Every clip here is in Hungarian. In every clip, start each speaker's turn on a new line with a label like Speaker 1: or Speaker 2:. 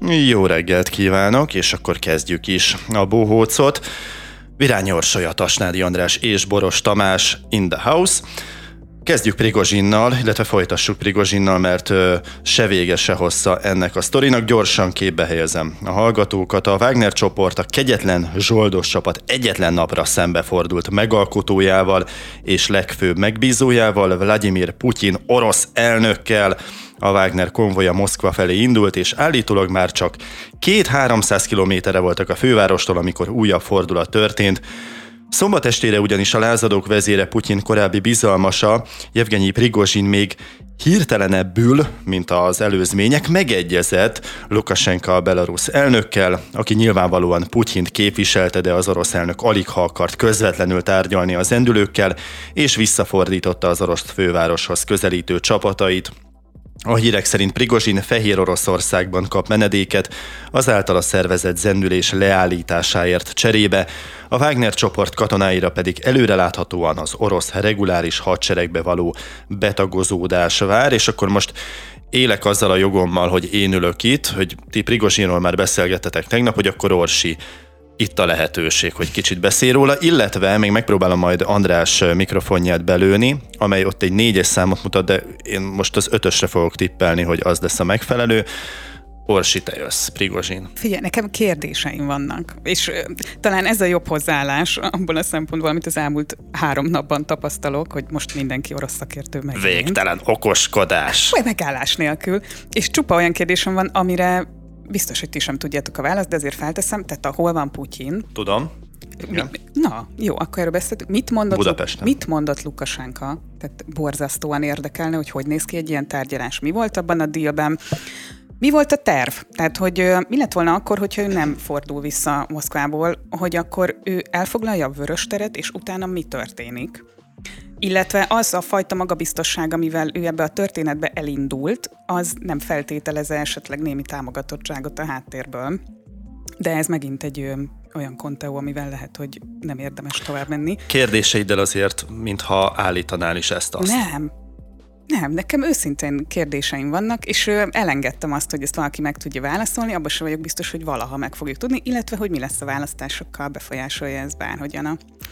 Speaker 1: Jó reggelt kívánok, és akkor kezdjük is a bohócot. Virányi Orsolya, Tasnádi András és Boros Tamás in the house. Kezdjük Prigozsinnal, illetve folytassuk Prigozsinnal, mert se vége, se hossza ennek a sztorinak. Gyorsan képbe helyezem a hallgatókat. A Wagner csoport, a kegyetlen zsoldos csapat egyetlen napra szembefordult megalkotójával és legfőbb megbízójával, Vladimir Putyin orosz elnökkel. A Wagner konvoja Moszkva felé indult, és állítólag már csak 200-300 kilométerre voltak a fővárostól, amikor újabb fordulat történt. Szombat estére ugyanis a lázadók vezére, Putyin korábbi bizalmasa, Jevgenyi Prigozsin még hirtelenebbül, mint az előzmények, megegyezett Lukasenka a belarusz elnökkel, aki nyilvánvalóan Putyint képviselte, de az orosz elnök aligha akart közvetlenül tárgyalni az endülőkkel, és visszafordította az orosz fővároshoz közelítő csapatait. A hírek szerint Prigozsin Fehér Oroszországban kap menedéket, az általa szervezett zendülés leállításáért cserébe, a Wagner csoport katonáira pedig előreláthatóan az orosz reguláris hadseregbe való betagozódás vár, és akkor most élek azzal a jogommal, hogy én ülök itt, hogy ti Prigozsinról már beszélgettetek tegnap, hogy akkor Orsi, itt a lehetőség, hogy kicsit beszél róla, illetve még megpróbálom majd András mikrofonját belőni, amely ott egy 4-es számot mutat, de én most az 5-ösre fogok tippelni, hogy az lesz a megfelelő. Orsi, te jössz, Prigozsin.
Speaker 2: Figyelj, nekem kérdéseim vannak, és talán ez a jobb hozzáállás abból a szempontból, amit az elmúlt 3 napban tapasztalok, hogy most mindenki orosz szakértő meg.
Speaker 1: Végtelen okoskodás.
Speaker 2: Vagy megállás nélkül. És csupa olyan kérdésem van, amire biztos, hogy ti sem tudjátok a választ, de azért felteszem, tehát hol van Putyin?
Speaker 1: Tudom.
Speaker 2: Na, jó, akkor erről beszéltünk. Mit mondott Lukasenka? Tehát borzasztóan érdekelne, hogy néz ki egy ilyen tárgyalás. Mi volt abban a dílben? Mi volt a terv? Tehát, hogy mi lett volna akkor, hogyha ő nem fordul vissza Moszkvából, hogy akkor ő elfoglalja a Vörösteret, és utána mi történik? Illetve az a fajta magabiztosság, amivel ő ebbe a történetbe elindult, az nem feltételez esetleg némi támogatottságot a háttérből. De ez megint egy olyan konteó, amivel lehet, hogy nem érdemes tovább menni.
Speaker 1: Kérdéseiddel azért, mintha állítanál is ezt-azt.
Speaker 2: Nem, nekem őszintén kérdéseim vannak, és elengedtem azt, hogy ezt valaki meg tudja válaszolni, abban sem vagyok biztos, hogy valaha meg fogjuk tudni, illetve hogy mi lesz a választásokkal, befolyásolja ez bárhogyan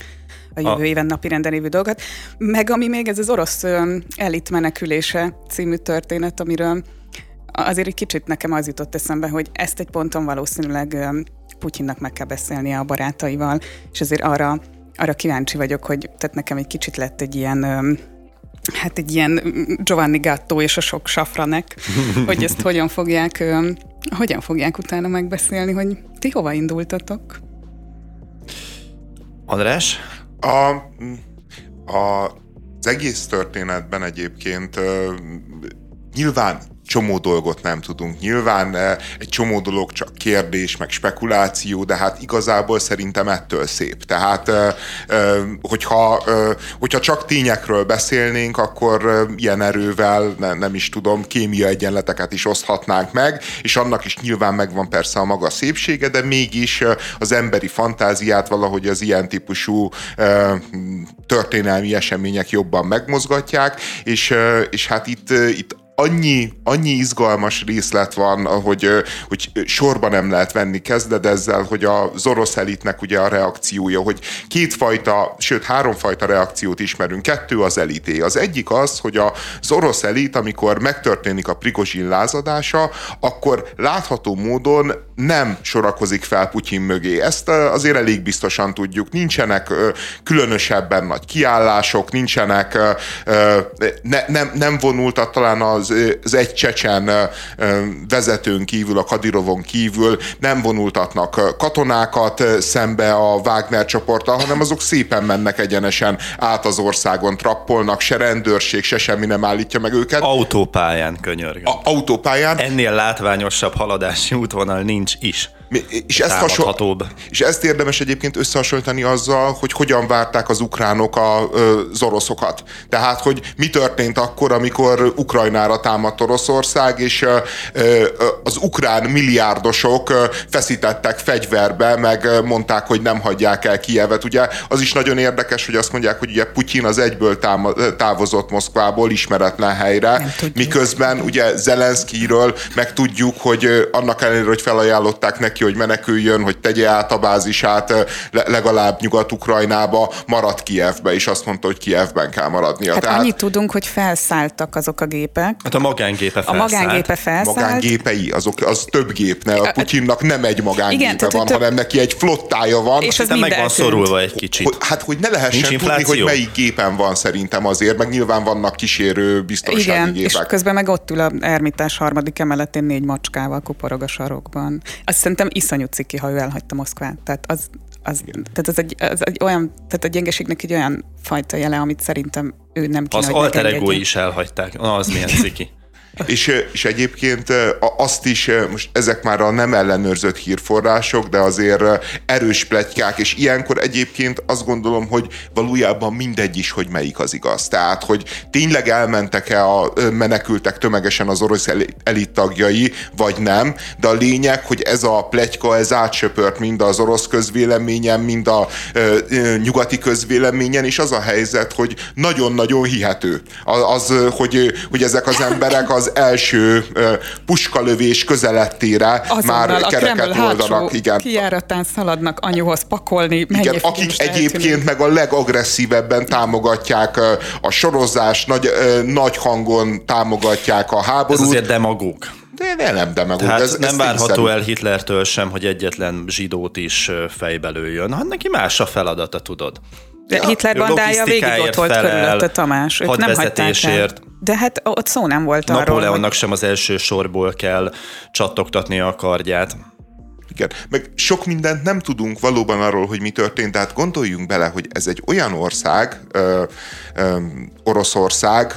Speaker 2: a jövő éven napirenden lévő dolgot. Meg ami még ez az orosz elit menekülése című történet, amiről azért egy kicsit nekem az jutott eszembe, hogy ezt egy ponton valószínűleg Putyinnak meg kell beszélnie a barátaival, és azért arra kíváncsi vagyok, hogy tehát nekem egy kicsit lett egy ilyen Giovanni Gatto és a sok safranek, hogy ezt hogyan fogják utána megbeszélni, hogy ti hova indultatok?
Speaker 1: András?
Speaker 3: Az egész történetben egyébként nyilván csomó dolgot nem tudunk. Nyilván egy csomó dolog csak kérdés, meg spekuláció, de hát igazából szerintem ettől szép. Tehát, hogyha csak tényekről beszélnénk, akkor ilyen erővel, nem is tudom, kémia egyenleteket is oszthatnánk meg, és annak is nyilván megvan persze a maga szépsége, de mégis az emberi fantáziát valahogy az ilyen típusú történelmi események jobban megmozgatják, és hát itt annyi izgalmas részlet van, hogy sorba nem lehet venni. Kezded ezzel, hogy az orosz elitnek ugye a reakciója, hogy 3 fajta reakciót ismerünk. 2 az elité. Az egyik az, hogy az orosz elit, amikor megtörténik a Prigozsin lázadása, akkor látható módon nem sorakozik fel Putyin mögé. Ezt azért elég biztosan tudjuk. Nincsenek különösebben nagy kiállások, nincsenek, nem vonultak talán az egy csecsen vezetőn kívül, a Kadirovon kívül nem vonultatnak katonákat szembe a Wagner csoporttal, hanem azok szépen mennek egyenesen át az országon, trappolnak, se rendőrség, se semmi nem állítja meg őket.
Speaker 1: Autópályán, könyörgöm.
Speaker 3: Autópályán.
Speaker 1: Ennél látványosabb haladási útvonal nincs is.
Speaker 3: És ezt érdemes egyébként összehasonlítani azzal, hogy hogyan várták az ukránok az oroszokat. Tehát, hogy mi történt akkor, amikor Ukrajnára támadt Oroszország, és az ukrán milliárdosok feszítettek fegyverbe, meg mondták, hogy nem hagyják el Kijevet. Ugye az is nagyon érdekes, hogy azt mondják, hogy ugye Putyin az egyből távozott Moszkvából ismeretlen helyre, miközben ugye Zelenszkijről meg tudjuk, hogy annak ellenére, hogy felajánlották neki, hogy meneküljön, hogy tegye át a bázisát legalább Nyugat-Ukrajnába, maradt Kijevbe, és azt mondta, hogy Kijevben kell maradnia.
Speaker 2: Hát annyit tudunk, hogy felszálltak azok a gépek.
Speaker 1: Hát a magángépe felszállt.
Speaker 3: Magángépei, az több gép, ne? A Putyinnak nem egy magángépe van, hanem neki egy flottája van.
Speaker 2: És ez
Speaker 1: meg van szorulva egy kicsit.
Speaker 3: Hogy ne lehessen tudni, hogy melyik gépen van szerintem azért, meg nyilván vannak kísérő biztonsági gépek.
Speaker 2: És közben meg ott ül a Ermitás 3. emeletén 4 macskával kuporog a sarokban. Azt szerintem iszonyú ciki, ha ő elhagyta Moszkvát. Tehát az egy olyan, tehát a gyengeségnek egy olyan fajta jele, amit szerintem ő nem kéne,
Speaker 1: az alter egói is elhagyták. Az milyen ciki.
Speaker 3: És egyébként azt is, most ezek már a nem ellenőrzött hírforrások, de azért erős pletykák, és ilyenkor egyébként azt gondolom, hogy valójában mindegy is, hogy melyik az igaz. Tehát, hogy tényleg elmentek-e menekültek tömegesen az orosz elit tagjai, vagy nem, de a lényeg, hogy ez a pletyka, ez átsöpört mind az orosz közvéleményen, mind a nyugati közvéleményen, és az a helyzet, hogy nagyon-nagyon hihető. Hogy ezek az emberek az első puskalövés közelettére
Speaker 2: azonnal
Speaker 3: már kereket oldanak.
Speaker 2: Igen. Kijáratán szaladnak anyuhoz pakolni.
Speaker 3: Igen, akik egyébként meg a legagresszívebben támogatják a sorozást, nagy hangon támogatják a háborút.
Speaker 1: Ez azért demagóg.
Speaker 3: De nem demagóg.
Speaker 1: Tehát nem várható el Hitlertől sem, hogy egyetlen zsidót is fejbe lőjön. Hát neki más a feladata, tudod.
Speaker 2: De Hitler bandája végig ott volt körülötte, Tamás. Ők nem hagyták el. De hát ott szó nem volt arról.
Speaker 1: Napóleonnak sem az első sorból kell csattogtatnia a kardját.
Speaker 3: Igen, meg sok mindent nem tudunk valóban arról, hogy mi történt, tehát gondoljunk bele, hogy ez egy olyan ország, Oroszország,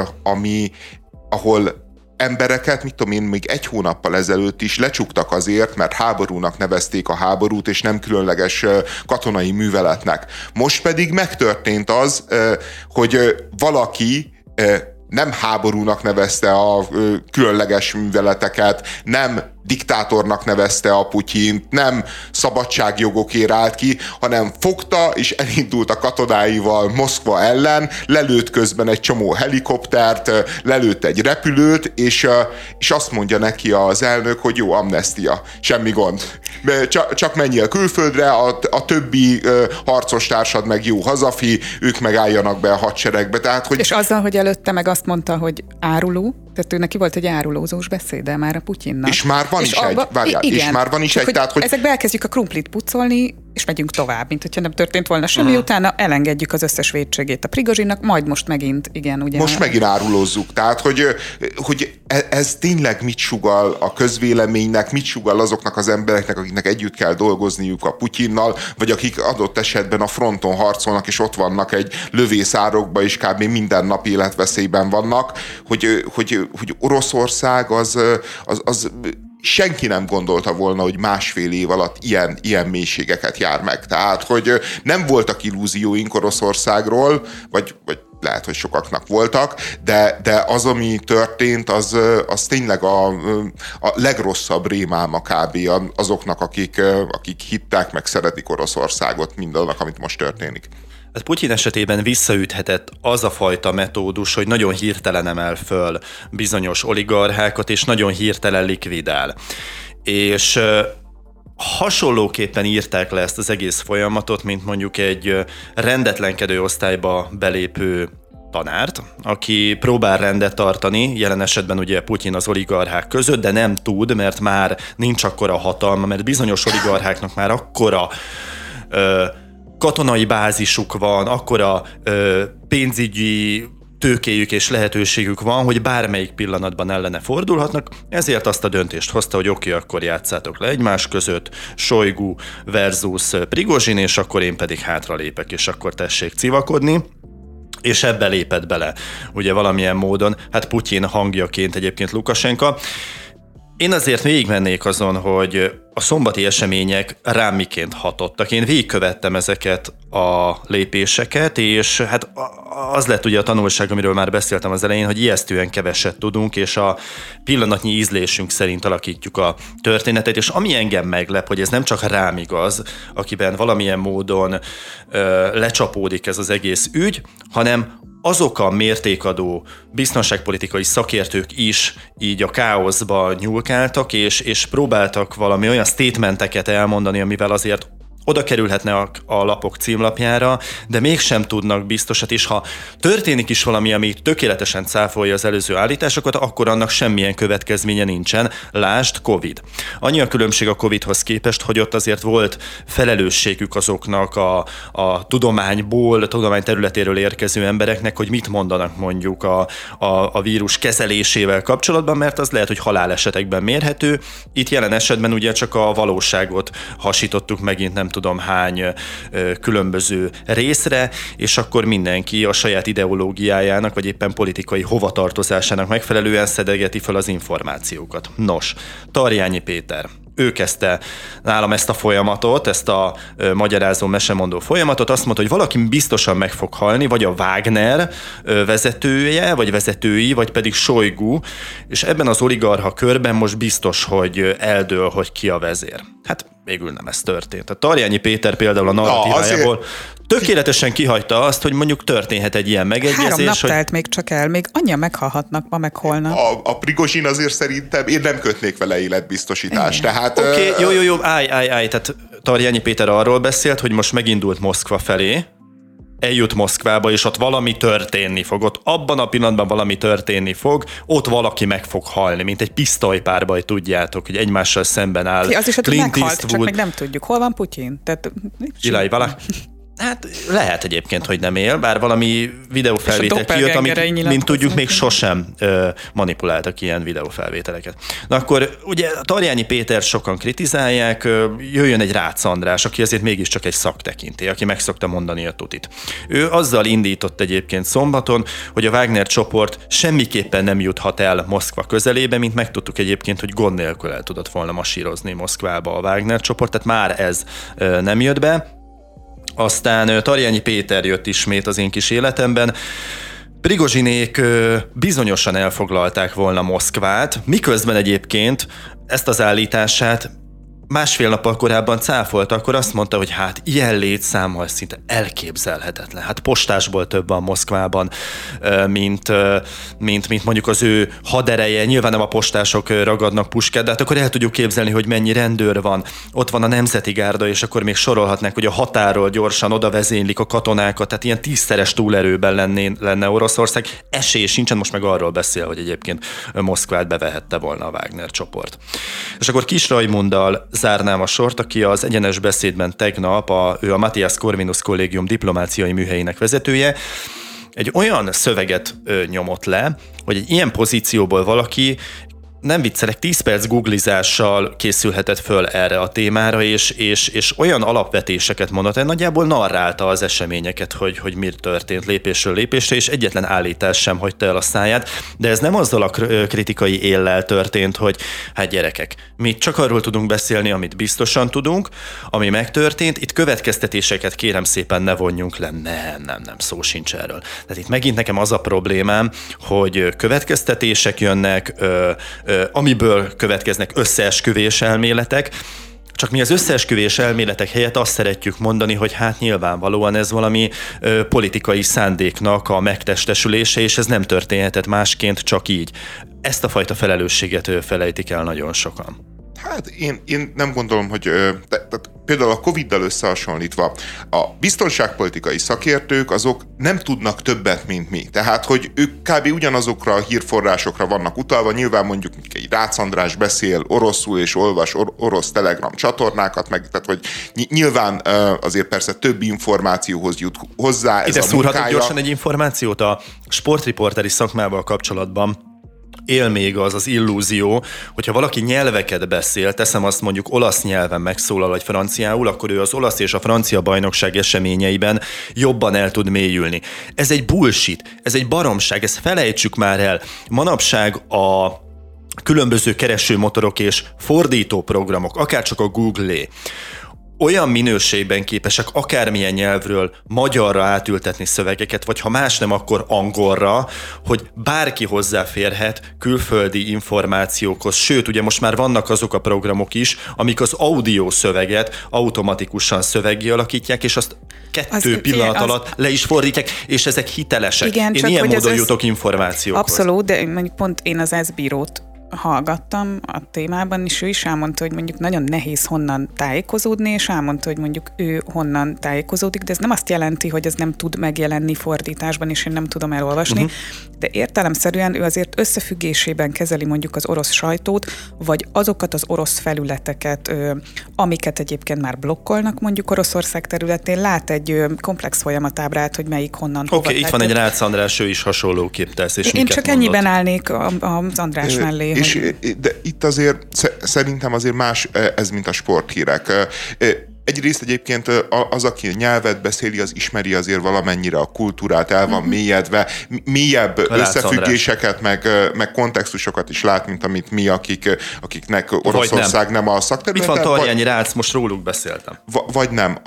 Speaker 3: ahol embereket, mit tudom én, még 1 hónappal ezelőtt is lecsuktak azért, mert háborúnak nevezték a háborút, és nem különleges katonai műveletnek. Most pedig megtörtént az, hogy valaki nem háborúnak nevezte a különleges műveleteket, nem diktátornak nevezte a Putyint, nem szabadságjogokért állt ki, hanem fogta és elindult a katonáival Moszkva ellen, lelőtt közben egy csomó helikoptert, lelőtt egy repülőt, és azt mondja neki az elnök, hogy jó, amnestia, semmi gond. Csak menjél külföldre, a többi harcostársad meg jó hazafi, ők meg álljanak be a hadseregbe. Tehát, hogy...
Speaker 2: És azzal, hogy előtte meg azt mondta, hogy áruló, tehát ő neki volt egy árulózós beszéde már a Putyinnak.
Speaker 3: És már van is egy, tehát, hogy...
Speaker 2: Ezekbe elkezdjük a krumplit pucolni, és megyünk tovább, mint hogyha nem történt volna semmi, utána elengedjük az összes vétségét a Prigozsinnak, majd most megint, igen, ugye.
Speaker 3: Most megint árulózzuk, tehát, hogy ez tényleg mit sugall a közvéleménynek, mit sugall azoknak az embereknek, akiknek együtt kell dolgozniuk a Putyinnal, vagy akik adott esetben a fronton harcolnak, és ott vannak egy lövészárokba, és kb. Minden nap életveszélyben vannak, hogy Oroszország az senki nem gondolta volna, hogy 1,5 év alatt ilyen mélységeket jár meg. Tehát, hogy nem voltak illúzióink Oroszországról, vagy lehet, hogy sokaknak voltak, de az, ami történt, az tényleg a legrosszabb rémálma kb. Azoknak, akik hittek, meg szeretik Oroszországot, mindannak, amit most történik.
Speaker 1: Hát Putyin esetében visszaüthetett az a fajta metódus, hogy nagyon hirtelen emel föl bizonyos oligarchákat, és nagyon hirtelen likvidál. És hasonlóképpen írták le ezt az egész folyamatot, mint mondjuk egy rendetlenkedő osztályba belépő tanárt, aki próbál rendet tartani, jelen esetben ugye Putyin az oligarchák között, de nem tud, mert már nincs akkora hatalma, mert bizonyos oligarcháknak már akkora katonai bázisuk van, akkora pénzügyi tőkéjük és lehetőségük van, hogy bármelyik pillanatban ellene fordulhatnak, ezért azt a döntést hozta, hogy oké, akkor játszátok le egymás között, Shoigu versus Prigozsin, és akkor én pedig hátralépek, és akkor tessék civakodni. És ebbe lépett bele, ugye valamilyen módon, hát Putyin hangjaként egyébként Lukasenka. Én azért végigmennék azon, hogy a szombati események rám miként hatottak. Én végigkövettem ezeket a lépéseket, és hát az lett ugye a tanulság, amiről már beszéltem az elején, hogy ijesztően keveset tudunk, és a pillanatnyi ízlésünk szerint alakítjuk a történetet, és ami engem meglep, hogy ez nem csak rám igaz, akiben valamilyen módon lecsapódik ez az egész ügy, hanem azok a mértékadó biztonságpolitikai szakértők is így a káoszba nyúlkáltak, és próbáltak valami olyan statementeket elmondani, amivel azért oda kerülhetne a lapok címlapjára, de mégsem tudnak biztosat, és ha történik is valami, ami tökéletesen cáfolja az előző állításokat, akkor annak semmilyen következménye nincsen. Lásd, Covid. Annyi a különbség a Covidhoz képest, hogy ott azért volt felelősségük azoknak a tudományból, a tudomány területéről érkező embereknek, hogy mit mondanak mondjuk a vírus kezelésével kapcsolatban, mert az lehet, hogy halálesetekben mérhető. Itt jelen esetben ugye csak a valóságot hasítottuk megint nem tudom hány különböző részre, és akkor mindenki a saját ideológiájának, vagy éppen politikai hovatartozásának megfelelően szedegeti fel az információkat. Nos, Tarjányi Péter. Ő kezdte nálam ezt a folyamatot, ezt a magyarázó, mesemondó folyamatot, azt mondta, hogy valaki biztosan meg fog halni, vagy a Wagner vezetője, vagy vezetői, vagy pedig Shoigu, és ebben az oligarcha körben most biztos, hogy eldől, hogy ki a vezér. Hát végül nem ez történt. A Tarjányi Péter például a narratívájából tökéletesen kihagyta azt, hogy mondjuk történhet egy ilyen megegyezés.
Speaker 2: 3 nap telt még csak el, még annyian meghalhatnak, ma meg holnap.
Speaker 3: A Prigozsin azért szerintem én nem kötnék vele életbiztosítást. Tehát...
Speaker 1: Oké, jó, állj. Tehát Tarjányi Péter arról beszélt, hogy most megindult Moszkva felé, eljut Moszkvába, és ott valami történni fog. Ott abban a pillanatban valami történni fog, ott valaki meg fog halni, mint egy pisztolypárbaj, tudjátok, hogy egymással szemben áll
Speaker 2: az is, hogy meghalt, csak még nem tudjuk. Hol van Putyin?
Speaker 1: Ilaj vala? Hát lehet egyébként, hogy nem él, bár valami videófelvétel kijött, amit, mint tudjuk, még sosem manipuláltak ilyen videófelvételeket. Na akkor ugye Tarjányi Péter sokan kritizálják, jöjjön egy Rácz András, aki azért mégiscsak egy szaktekintély, aki meg szokta mondani a tutit. Ő azzal indított egyébként szombaton, hogy a Wagner csoport semmiképpen nem juthat el Moszkva közelébe, mint megtudtuk egyébként, hogy gond nélkül el tudott volna masírozni Moszkvába a Wagner csoport, tehát már ez nem jött be. Aztán Tarjányi Péter jött ismét az én kis életemben. Prigozsinék bizonyosan elfoglalták volna Moszkvát, miközben egyébként ezt az állítását másfél nappal korábban cáfolta, akkor azt mondta, hogy hát ilyen létszámmal szinte elképzelhetetlen. Hát postásból több van Moszkvában, mint mondjuk az ő hadereje. Nyilván nem a postások ragadnak puskát, de hát akkor el tudjuk képzelni, hogy mennyi rendőr van. Ott van a Nemzeti Gárda, és akkor még sorolhatnánk, hogy a határól gyorsan oda vezénylik a katonákat, tehát ilyen 10-szeres túlerőben lenne Oroszország. Esély sincsen, most meg arról beszél, hogy egyébként Moszkvát bevehette volna a Wagner csoport. És akkor Kis Rajmunddal zárnám a sort, aki az Egyenes Beszédben tegnap, ő a Matthias Corvinus Kollégium diplomáciai műhelyének vezetője, egy olyan szöveget nyomott le, hogy egy ilyen pozícióból valaki, nem viccelek, 10 perc googlizással készülhetett föl erre a témára, és olyan alapvetéseket mondott, nagyjából narrálta az eseményeket, hogy mi történt lépésről lépésre, és egyetlen állítás sem hagyta el a száját, de ez nem azzal a kritikai éllel történt, hogy hát gyerekek, mi csak arról tudunk beszélni, amit biztosan tudunk, ami megtörtént, itt következtetéseket kérem szépen ne vonjunk le, nem, szó sincs erről. Tehát itt megint nekem az a problémám, hogy következtetések jönnek, amiből következnek összeesküvés elméletek, csak mi az összeesküvés elméletek helyett azt szeretjük mondani, hogy hát nyilvánvalóan ez valami politikai szándéknak a megtestesülése, és ez nem történhetett másként, csak így. Ezt a fajta felelősséget felejtik el nagyon sokan.
Speaker 3: Hát én nem gondolom, hogy például a Covid-dal összehasonlítva a biztonságpolitikai szakértők azok nem tudnak többet, mint mi. Tehát, hogy ők kb. Ugyanazokra a hírforrásokra vannak utalva, nyilván mondjuk egy Rácz András beszél oroszul és olvas orosz Telegram csatornákat, meg, tehát, hogy nyilván azért persze több információhoz jut hozzá.
Speaker 1: Ide szúrhatok gyorsan egy információt a sportriporteri szakmával kapcsolatban. Él még az illúzió, hogyha valaki nyelveket beszél, teszem azt mondjuk olasz nyelven megszólal, vagy franciául, akkor ő az olasz és a francia bajnokság eseményeiben jobban el tud mélyülni. Ez egy bullshit, ez egy baromság, ezt felejtsük már el. Manapság a különböző keresőmotorok és fordító programok, akárcsak a Google-é, olyan minőségben képesek akármilyen nyelvről magyarra átültetni szövegeket, vagy ha más nem, akkor angolra, hogy bárki hozzáférhet külföldi információkhoz. Sőt, ugye most már vannak azok a programok is, amik az audio szöveget automatikusan szöveggé alakítják, és azt 2 pillanat alatt le is fordítják, és ezek hitelesek.
Speaker 2: Igen,
Speaker 1: én ilyen módon jutok információkhoz.
Speaker 2: Abszolút, de mondjuk pont én az eszbírót hallgattam a témában, és ő is elmondta, hogy mondjuk nagyon nehéz honnan tájékozódni, és elmondta, hogy mondjuk ő honnan tájékozódik, de ez nem azt jelenti, hogy ez nem tud megjelenni fordításban, és én nem tudom elolvasni, de értelemszerűen ő azért összefüggésében kezeli mondjuk az orosz sajtót, vagy azokat az orosz felületeket, amiket egyébként már blokkolnak mondjuk Oroszország területén, lát egy komplex folyamatábrát, hogy melyik honnan hova.
Speaker 1: Oké, itt van egy Rácz András, ő is hasonlóképp tesz, és
Speaker 2: én csak ennyiben állnék az András mellé.
Speaker 3: De itt azért szerintem azért más ez, mint a sporthírek. Egyrészt egyébként az, aki nyelvet beszéli, az ismeri azért valamennyire a kultúrát, el van mélyedve, mélyebb összefüggéseket, meg kontextusokat is lát, mint amit mi, akiknek Oroszország nem a szakterülete.
Speaker 1: Mit van Tarjányi Rácz, most róluk beszéltem.
Speaker 3: Vagy nem.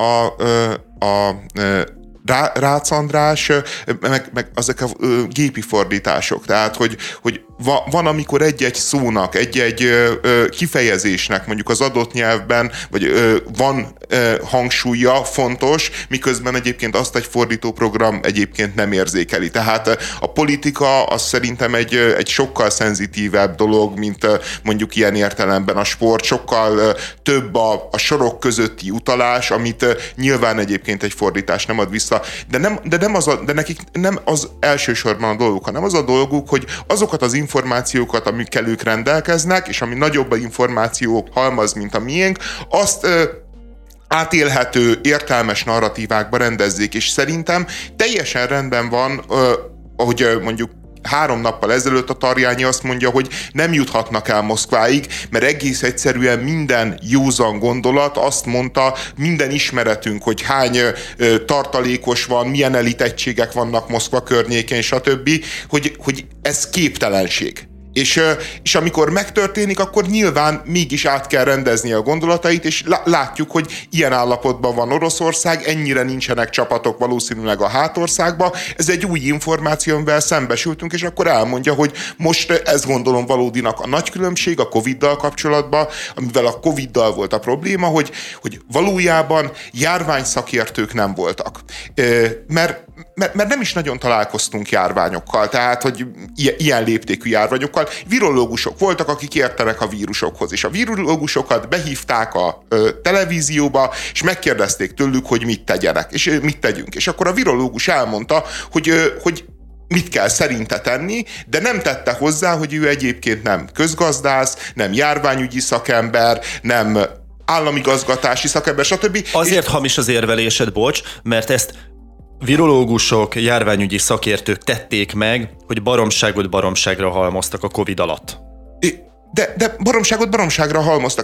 Speaker 3: Rácz András, meg ezek a gépi fordítások. Tehát, hogy van, amikor egy-egy szónak, egy-egy kifejezésnek mondjuk az adott nyelvben, vagy van hangsúlya, fontos, miközben egyébként azt egy fordítóprogram egyébként nem érzékeli. Tehát a politika az szerintem egy sokkal szenzitívebb dolog, mint mondjuk ilyen értelemben a sport, sokkal több a sorok közötti utalás, amit nyilván egyébként egy fordítás nem ad vissza. De nekik nem az elsősorban a dolguk, hanem az a dolguk, hogy azokat az információkat, amikkel ők rendelkeznek, és ami nagyobb a információ halmaz, mint a miénk, azt átélhető, értelmes narratívákba rendezzék, és szerintem teljesen rendben van, ahogy mondjuk 3 nappal ezelőtt a Tarjányi azt mondja, hogy nem juthatnak el Moszkváig, mert egész egyszerűen minden józan gondolat azt mondta, minden ismeretünk, hogy hány tartalékos van, milyen elitegységek vannak Moszkva környékén, stb., hogy ez képtelenség. És amikor megtörténik, akkor nyilván mégis át kell rendezni a gondolatait, és látjuk, hogy ilyen állapotban van Oroszország, ennyire nincsenek csapatok valószínűleg a hátországban. Ez egy új információ, amivel szembesültünk, és akkor elmondja, hogy most ezt gondolom valódinak a nagy különbség a Covid-dal kapcsolatban, amivel a Covid-dal volt a probléma, hogy valójában járványszakértők nem voltak. Mert nem is nagyon találkoztunk járványokkal, tehát, hogy ilyen léptékű járványokkal. Virológusok voltak, akik értenek a vírusokhoz, és a virológusokat behívták a televízióba, és megkérdezték tőlük, hogy mit tegyenek, és mit tegyünk. És akkor a virológus elmondta, hogy mit kell szerinte tenni, de nem tette hozzá, hogy ő egyébként nem közgazdász, nem járványügyi szakember, nem államigazgatási szakember, stb.
Speaker 1: Azért hamis az érvelésed, bocs, mert ezt virológusok, járványügyi szakértők tették meg, hogy baromságot baromságra halmoztak a Covid alatt.
Speaker 3: De baromságot baromságra halmoztak,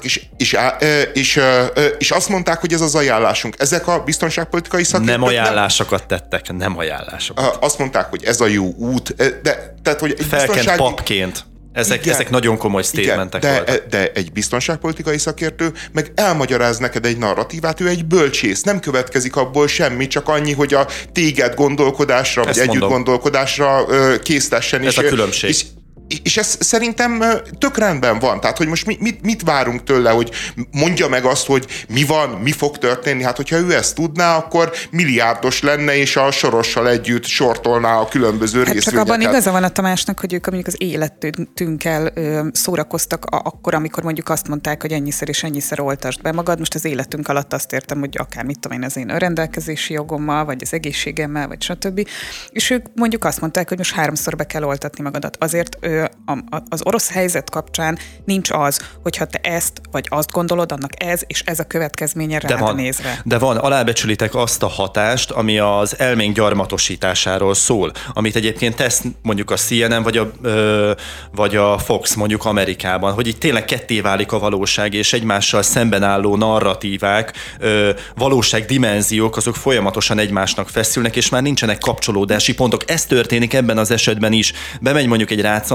Speaker 3: és azt mondták, hogy ez az ajánlásunk. Ezek a biztonságpolitikai szakértők...
Speaker 1: Nem ajánlásokat tettek, nem ajánlásokat.
Speaker 3: Azt mondták, hogy ez a jó út, tehát, hogy
Speaker 1: felkent papként. Ezek nagyon komoly statementek voltak.
Speaker 3: De egy biztonságpolitikai szakértő meg elmagyaráz neked egy narratívát, ő egy bölcsész, nem következik abból semmi, csak annyi, hogy a téged gondolkodásra, vagy együtt gondolkodásra késztessen.
Speaker 1: Ez a különbség.
Speaker 3: És ez szerintem tök rendben van. Tehát, hogy most mit várunk tőle, hogy mondja meg azt, hogy mi van, mi fog történni. Hát, hogyha ő ezt tudná, akkor milliárdos lenne, és a Sorossal együtt sortolná a különböző részvényeket.
Speaker 2: Csak abban igaza van a Tamásnak, hogy ők mondjuk az életünkkel szórakoztak akkor, amikor mondjuk azt mondták, hogy ennyiszer és ennyiszer oltasd be magad. Most az életünk alatt azt értem, hogy akár mit tudom én, az én önrendelkezési jogommal, vagy az egészségemmel, vagy stb. És ők mondjuk azt mondták, hogy most 3-szor be kell oltatni magadat. Azért az orosz helyzet kapcsán nincs az, hogyha te ezt vagy azt gondolod, annak ez és ez a következménye rád nézve.
Speaker 1: De van, alábecsülitek azt a hatást, ami az elménk gyarmatosításáról szól, amit egyébként tesz mondjuk a CNN vagy a Fox mondjuk Amerikában, hogy itt tényleg ketté válik a valóság, és egymással szemben álló narratívák, valóságdimenziók, azok folyamatosan egymásnak feszülnek, és már nincsenek kapcsolódási pontok. Ez történik ebben az esetben is. Bemegy mondjuk egy Rácz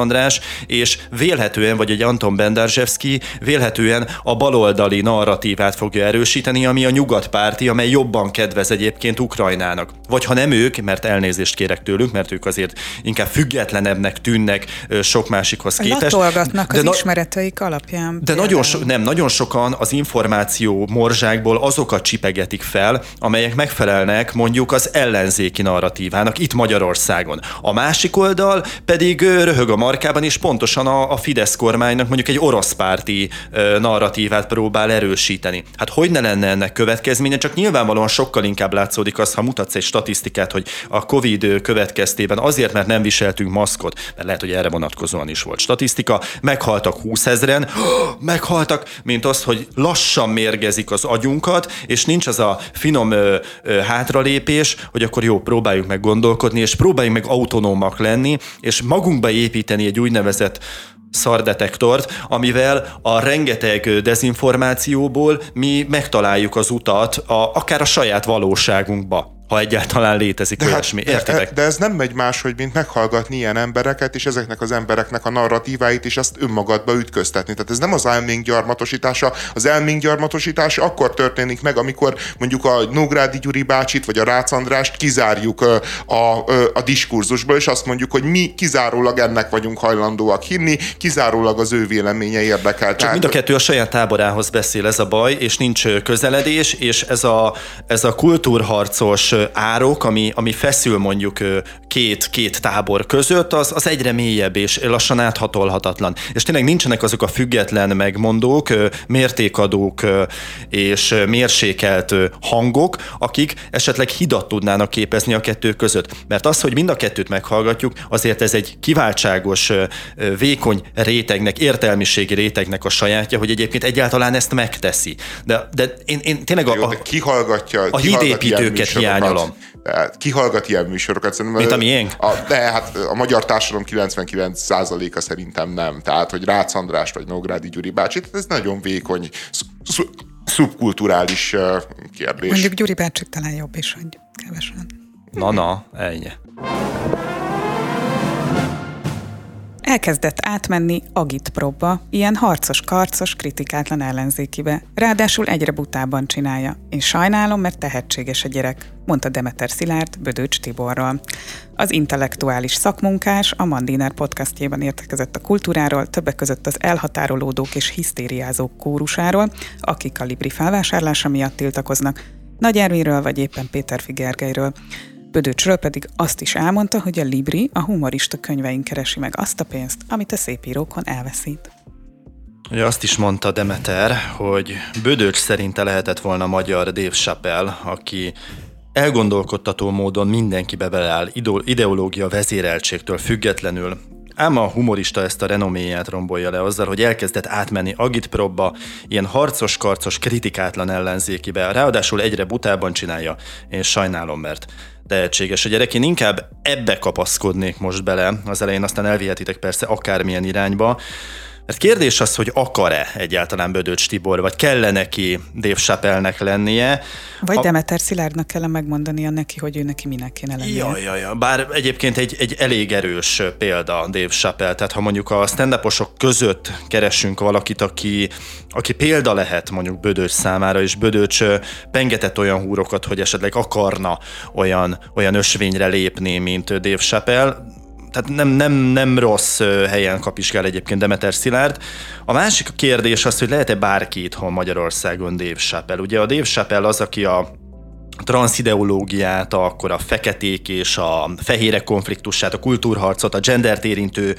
Speaker 1: András, és vélhetően, vagy egy Anton Benderzsevszky vélhetően a baloldali narratívát fogja erősíteni, ami a nyugatpárti, amely jobban kedvez egyébként Ukrajnának. Vagy ha nem ők, mert elnézést kérek tőlük, mert ők azért inkább függetlenebbnek tűnnek sok másikhoz képest.
Speaker 2: Latolgatnak az ismereteik alapján.
Speaker 1: De nagyon sokan az információ morzsákból azokat csipegetik fel, amelyek megfelelnek mondjuk az ellenzéki narratívának itt Magyarországon. A másik oldal pedig röhög a markában, és pontosan a Fidesz kormánynak mondjuk egy oroszpárti narratívát próbál erősíteni. Hát hogy ne lenne ennek következménye, csak nyilvánvalóan sokkal inkább látszódik az, ha mutatsz egy statisztikát, hogy a Covid következtében azért, mert nem viseltünk maszkot, mert lehet, hogy erre vonatkozóan is volt statisztika, meghaltak 20 000-en, meghaltak, mint az, hogy lassan mérgezik az agyunkat, és nincs az a finom hátralépés, hogy akkor jó, próbáljuk meg gondolkodni, és próbáljuk meg autonómak lenni, és magunkba építeni egy úgynevezett szardetektort, amivel a rengeteg dezinformációból mi megtaláljuk az utat akár a saját valóságunkba, ha egyáltalán létezik olyasmi. Értitek?
Speaker 3: De ez nem megy máshogy, mint meghallgatni ilyen embereket, és ezeknek az embereknek a narratíváit, és azt önmagadba ütköztetni. Tehát ez nem az elménkgyarmatosítása. Az elménkgyarmatosítás akkor történik meg, amikor mondjuk a Nógrádi Gyuri bácsit, vagy a Rácz Andrást kizárjuk a diskurzusból, és azt mondjuk, hogy mi kizárólag ennek vagyunk hajlandóak hinni, kizárólag az ő véleménye érdekel.
Speaker 1: Csak mind a kettő a saját táborához beszél, ez a baj, és nincs közeledés, és ez a kultúrharcos árok, ami feszül mondjuk két tábor között, az egyre mélyebb és lassan áthatolhatatlan. És tényleg nincsenek azok a független megmondók, mértékadók és mérsékelt hangok, akik esetleg hidat tudnának képezni a kettő között. Mert az, hogy mind a kettőt meghallgatjuk, azért ez egy kiváltságos, vékony rétegnek, értelmiségi rétegnek a sajátja, hogy egyébként egyáltalán ezt megteszi. De én tényleg a hídépítőket hiányolom.
Speaker 3: Ki hallgat ilyen műsorokat?
Speaker 1: Mint a miénk?
Speaker 3: Hát a magyar társadalom 99%-a szerintem nem. Tehát, hogy Rácz András vagy Nógrádi Gyuri bácsi, ez nagyon vékony, szubkulturális kérdés.
Speaker 2: Mondjuk Gyuri bácsik talán jobb is, hogy kevesen.
Speaker 1: Na, ennyi.
Speaker 2: Elkezdett átmenni agitprobba, ilyen harcos-karcos, kritikátlan ellenzékibe. Ráadásul egyre butában csinálja. Én sajnálom, mert tehetséges a gyerek, mondta Demeter Szilárd Bödöcs Tiborról. Az intellektuális szakmunkás a Mandiner podcastjében értekezett a kultúráról, többek között az elhatárolódók és hisztériázók kórusáról, akik a Libri felvásárlása miatt tiltakoznak, Nagy Ervinről vagy éppen Péterfi Gergelyről. Bödöcsről pedig azt is elmondta, hogy a Libri a humorista könyvein keresi meg azt a pénzt, amit a szépírókon elveszít.
Speaker 1: Ugye azt is mondta Demeter, hogy Bödöcs szerinte lehetett volna magyar Dave Chappelle, aki elgondolkodtató módon mindenkibe beleáll ideológia vezéreltségtől függetlenül. Ám a humorista ezt a renoméját rombolja le azzal, hogy elkezdett átmenni agitprobba, ilyen harcos-karcos, kritikátlan ellenzékibe, ráadásul egyre butában csinálja. Én sajnálom, mert tehetséges a gyerek. Én inkább ebbe kapaszkodnék most bele az elején, aztán elvihetitek persze akármilyen irányba. Mert kérdés az, hogy akar-e egyáltalán Bödöcs Tibor, vagy kell neki Dave Chappelle-nek lennie.
Speaker 2: Vagy Demeter Szilárdnak kell megmondania neki, hogy ő neki minek kéne lennie.
Speaker 1: Ja. Bár egyébként egy elég erős példa Dave Chappelle. Tehát ha mondjuk a stand-uposok között keresünk valakit, aki példa lehet mondjuk Bödöcs számára, és Bödöcs pengetett olyan húrokat, hogy esetleg akarna olyan ösvényre lépni, mint Dave Chappelle. Tehát nem rossz helyen kapizsgál egyébként Demeter Szilárd. A másik kérdés az, hogy lehet-e bárki itthon Magyarországon Dave Chappelle. Ugye a Dave Chappelle az, aki a transzideológiát, akkor a feketék és a fehérek konfliktusát, a kultúrharcot, a gendert érintő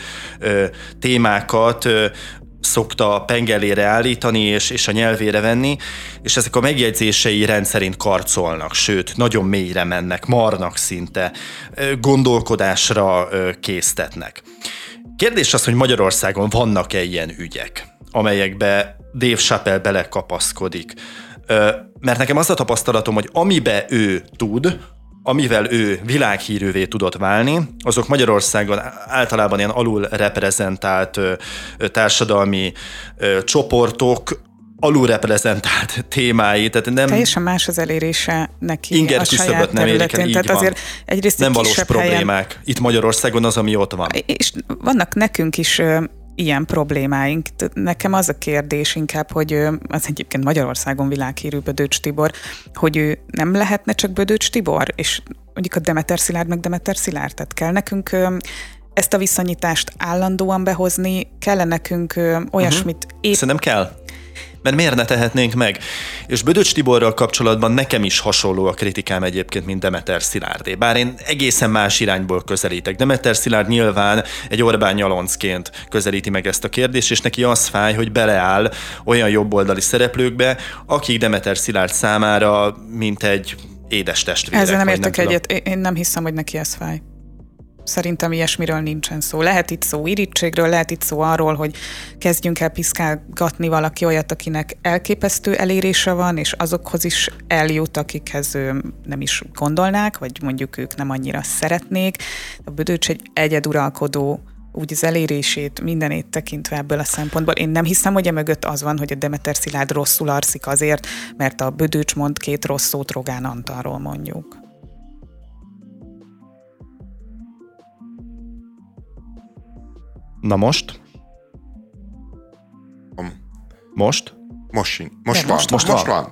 Speaker 1: témákat szokta pengelére állítani és a nyelvére venni, és ezek a megjegyzései rendszerint karcolnak, sőt, nagyon mélyre mennek, marnak szinte, gondolkodásra késztetnek. Kérdés az, hogy Magyarországon vannak-e ilyen ügyek, amelyekbe Dave Chappelle belekapaszkodik. Mert nekem az a tapasztalatom, hogy amibe ő tud, amivel ő világhírűvé tudott válni, azok Magyarországon általában ilyen alul reprezentált társadalmi csoportok alulreprezentált témái, tehát nem...
Speaker 2: Teljesen más az elérése neki
Speaker 1: inger küszöböt nem érik el, így
Speaker 2: tehát
Speaker 1: van.
Speaker 2: Azért egyrészt
Speaker 1: nem valós problémák. Helyen... Itt Magyarországon az, ami ott van.
Speaker 2: És vannak nekünk is ilyen problémáink. Nekem az a kérdés inkább, hogy az egyébként Magyarországon világhírű Bödöcs Tibor, hogy ő nem lehetne csak Bödöcs Tibor, és mondjuk a Demeter Szilárd meg Demeter Szilárd. Tehát kell nekünk ezt a viszonyítást állandóan behozni, kell nekünk olyasmit épp...
Speaker 1: Szerintem kell. Mert miért ne tehetnénk meg? És Bödöcs Tiborral kapcsolatban nekem is hasonló a kritikám egyébként, mint Demeter Szilárdé. Bár én egészen más irányból közelítek. Demeter Szilárd nyilván egy Orbán Nyaloncként közelíti meg ezt a kérdést, és neki az fáj, hogy beleáll olyan jobboldali szereplőkbe, akik Demeter Szilárd számára mint egy édes testvérek.
Speaker 2: Ezzel nem értek egyet. Én nem hiszem, hogy neki ez fáj. Szerintem ilyesmiről nincsen szó. Lehet itt szó irítségről, lehet itt szó arról, hogy kezdjünk el piszkálgatni valaki olyat, akinek elképesztő elérése van, és azokhoz is eljut, akikhez nem is gondolnák, vagy mondjuk ők nem annyira szeretnék. A Bödöcs egy egyeduralkodó, úgy az elérését, mindenét tekintve ebből a szempontból. Én nem hiszem, hogy emögött az van, hogy a Demeter Szilárd rosszul arszik azért, mert a Bödöcs mond 2 rossz szót Rogán Antalról mondjuk.
Speaker 1: Na most? Most?
Speaker 3: Most van.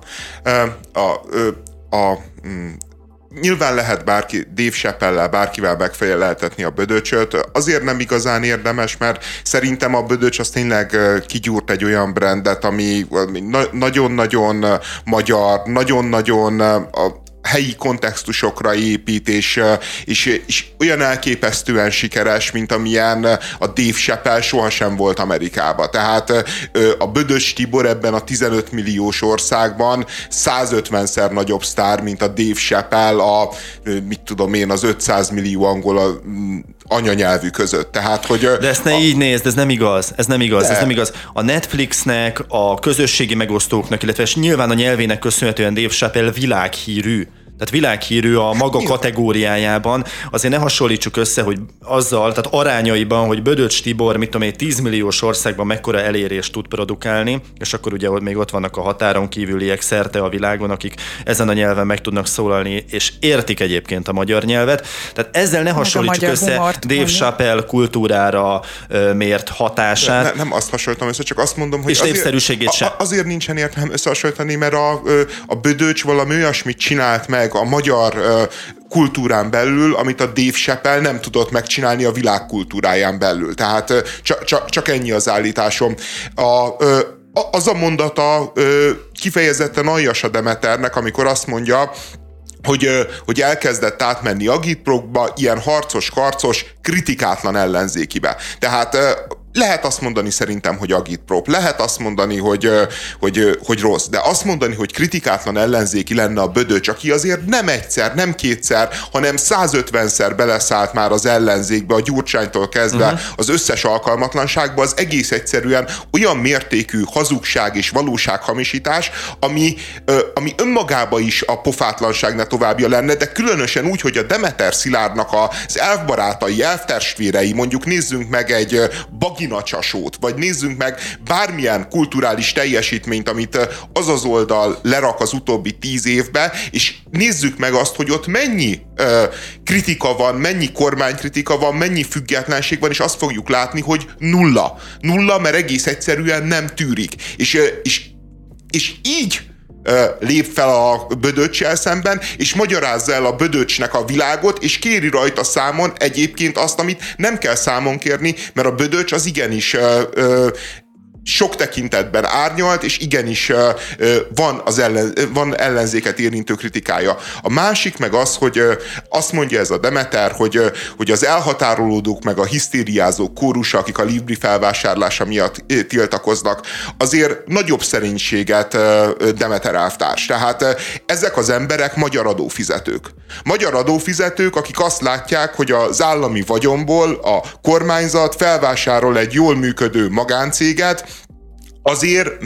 Speaker 3: Nyilván lehet bárki, Dave Chappelle-lel, bárkivel megfeleltetni a Bödöcsöt. Azért nem igazán érdemes, mert szerintem a Bödöcs az tényleg kigyúrt egy olyan brandet, ami nagyon-nagyon magyar, nagyon-nagyon helyi kontextusokra épít, és olyan elképesztően sikeres, mint amilyen a Dave Chappelle sohasem volt Amerikában. Tehát a Bödöcs Tibor ebben a 15 milliós országban 150-szer nagyobb sztár, mint a Dave Chappelle az 500 millió angol anyanyelvű között. Tehát, hogy
Speaker 1: de ezt ne így nézd, ez nem igaz. Ez nem igaz. A Netflixnek, a közösségi megosztóknak, illetve nyilván a nyelvének köszönhetően Dave Chappelle világhírű. Tehát világhírű a maga kategóriájában. Azért ne hasonlítsuk össze, hogy azzal, tehát arányaiban, hogy Bödöcs Tibor, mit tudom én, 10 milliós országban mekkora elérést tud produkálni, és akkor ugye még ott vannak a határon kívüliek szerte a világon, akik ezen a nyelven meg tudnak szólalni, és értik egyébként a magyar nyelvet. Tehát ezzel ne hasonlítsuk össze Dave Chappelle kultúrára mért hatását.
Speaker 3: Nem azt hasonlítom össze, csak azt mondom, hogy
Speaker 1: és népszerűségét sem.
Speaker 3: Azért nincsen értelme összehasonlítani, mert a Bödöcs valami olyasmit csinált meg a magyar kultúrán belül, amit a Dave Chappelle nem tudott megcsinálni a világ kultúráján belül. Tehát csak ennyi az állításom. Az a mondata kifejezetten aljas a Demeternek, amikor azt mondja, hogy elkezdett átmenni agitprogba, ilyen harcos, kritikátlan ellenzékibe. Tehát lehet azt mondani szerintem, hogy agitprop, lehet azt mondani, hogy rossz, de azt mondani, hogy kritikátlan ellenzéki lenne a Bödöcs, aki azért nem egyszer, nem kétszer, hanem 150-szer beleszállt már az ellenzékbe, a Gyurcsánytól kezdve az összes alkalmatlanságba, az egész egyszerűen olyan mértékű hazugság és valósághamisítás, ami önmagában is a pofátlanság továbbja lenne, de különösen úgy, hogy a Demeter Szilárdnak az elfbarátai, elvtestvérei, mondjuk nézzünk meg egy Baginacsasót, vagy nézzünk meg bármilyen kulturális teljesítményt, amit az oldal lerak az utóbbi 10 évbe, és nézzük meg azt, hogy ott mennyi kritika van, mennyi kormánykritika van, mennyi függetlenség van, és azt fogjuk látni, hogy nulla, mert egész egyszerűen nem tűrik. És így lép fel a Bödöccsel szemben, és magyarázza el a Bödöcsnek a világot, és kéri rajta számon egyébként azt, amit nem kell számon kérni, mert a Bödöcs az igenis sok tekintetben árnyalt, és igenis van ellenzéket érintő kritikája. A másik meg az, hogy azt mondja ez a Demeter, hogy az elhatárolódók meg a hisztériázó kórusa, akik a Libri felvásárlása miatt tiltakoznak, azért nagyobb szerénységet Demeter elvtárs. Tehát ezek az emberek magyar adófizetők. Magyar adófizetők, akik azt látják, hogy az állami vagyonból a kormányzat felvásárol egy jól működő magáncéget, azért,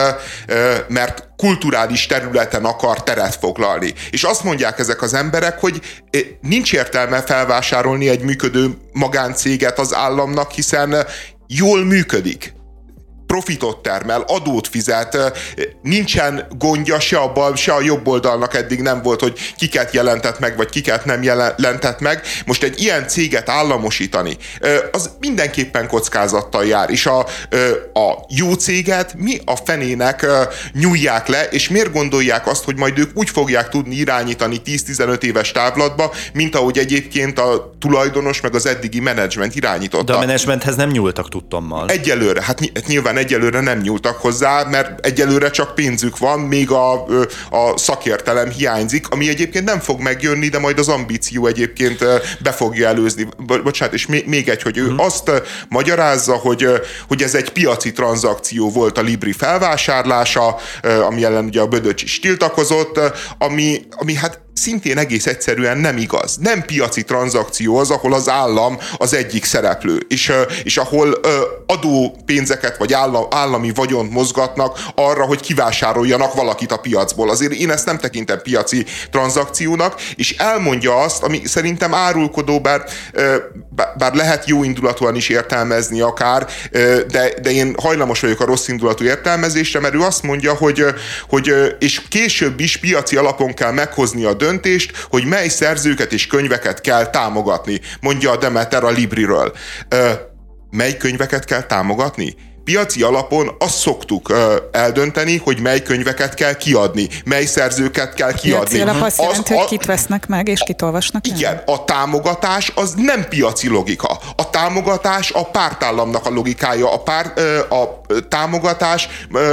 Speaker 3: mert kulturális területen akar teret foglalni. És azt mondják ezek az emberek, hogy nincs értelme felvásárolni egy működő magáncéget az államnak, hiszen jól működik. profitot termel, adót fizet, nincsen gondja se a bal, se a jobb oldalnak eddig nem volt, hogy kiket jelentett meg, vagy kiket nem jelentett meg. Most egy ilyen céget államosítani, az mindenképpen kockázattal jár, és a jó céget mi a fenének nyújják le, és miért gondolják azt, hogy majd ők úgy fogják tudni irányítani 10-15 éves távlatba, mint ahogy egyébként a tulajdonos meg az eddigi menedzsment irányította.
Speaker 1: De a menedzsmenthez nem nyúltak tudtommal.
Speaker 3: Egyelőre, hát nyilván egyelőre nem nyúltak hozzá, mert egyelőre csak pénzük van, még a szakértelem hiányzik, ami egyébként nem fog megjönni, de majd az ambíció egyébként be fogja előzni. Bocsánat, és még egy, hogy ő azt magyarázza, hogy ez egy piaci tranzakció volt a Libri felvásárlása, ami ellen ugye a Bödöcs is tiltakozott, ami hát szintén egész egyszerűen nem igaz. Nem piaci tranzakció az, ahol az állam az egyik szereplő, és ahol adópénzeket vagy állami vagyont mozgatnak arra, hogy kivásároljanak valakit a piacból. Azért én ezt nem tekintem piaci tranzakciónak, és elmondja azt, ami szerintem árulkodó, bár lehet jó indulatúan is értelmezni akár, de én hajlamos vagyok a rossz indulatú értelmezésre, mert ő azt mondja, hogy és később is piaci alapon kell meghozni a döntést, hogy mely szerzőket és könyveket kell támogatni, mondja a Demeter a Libriről. Mely könyveket kell támogatni? Piaci alapon azt szoktuk eldönteni, hogy mely könyveket kell kiadni, mely szerzőket kell kiadni.
Speaker 2: Piaci alap azt jelenti, hogy kit vesznek meg, és kit olvasnak el?
Speaker 3: Igen, a támogatás az nem piaci logika. A támogatás a pártállamnak a logikája. A támogatás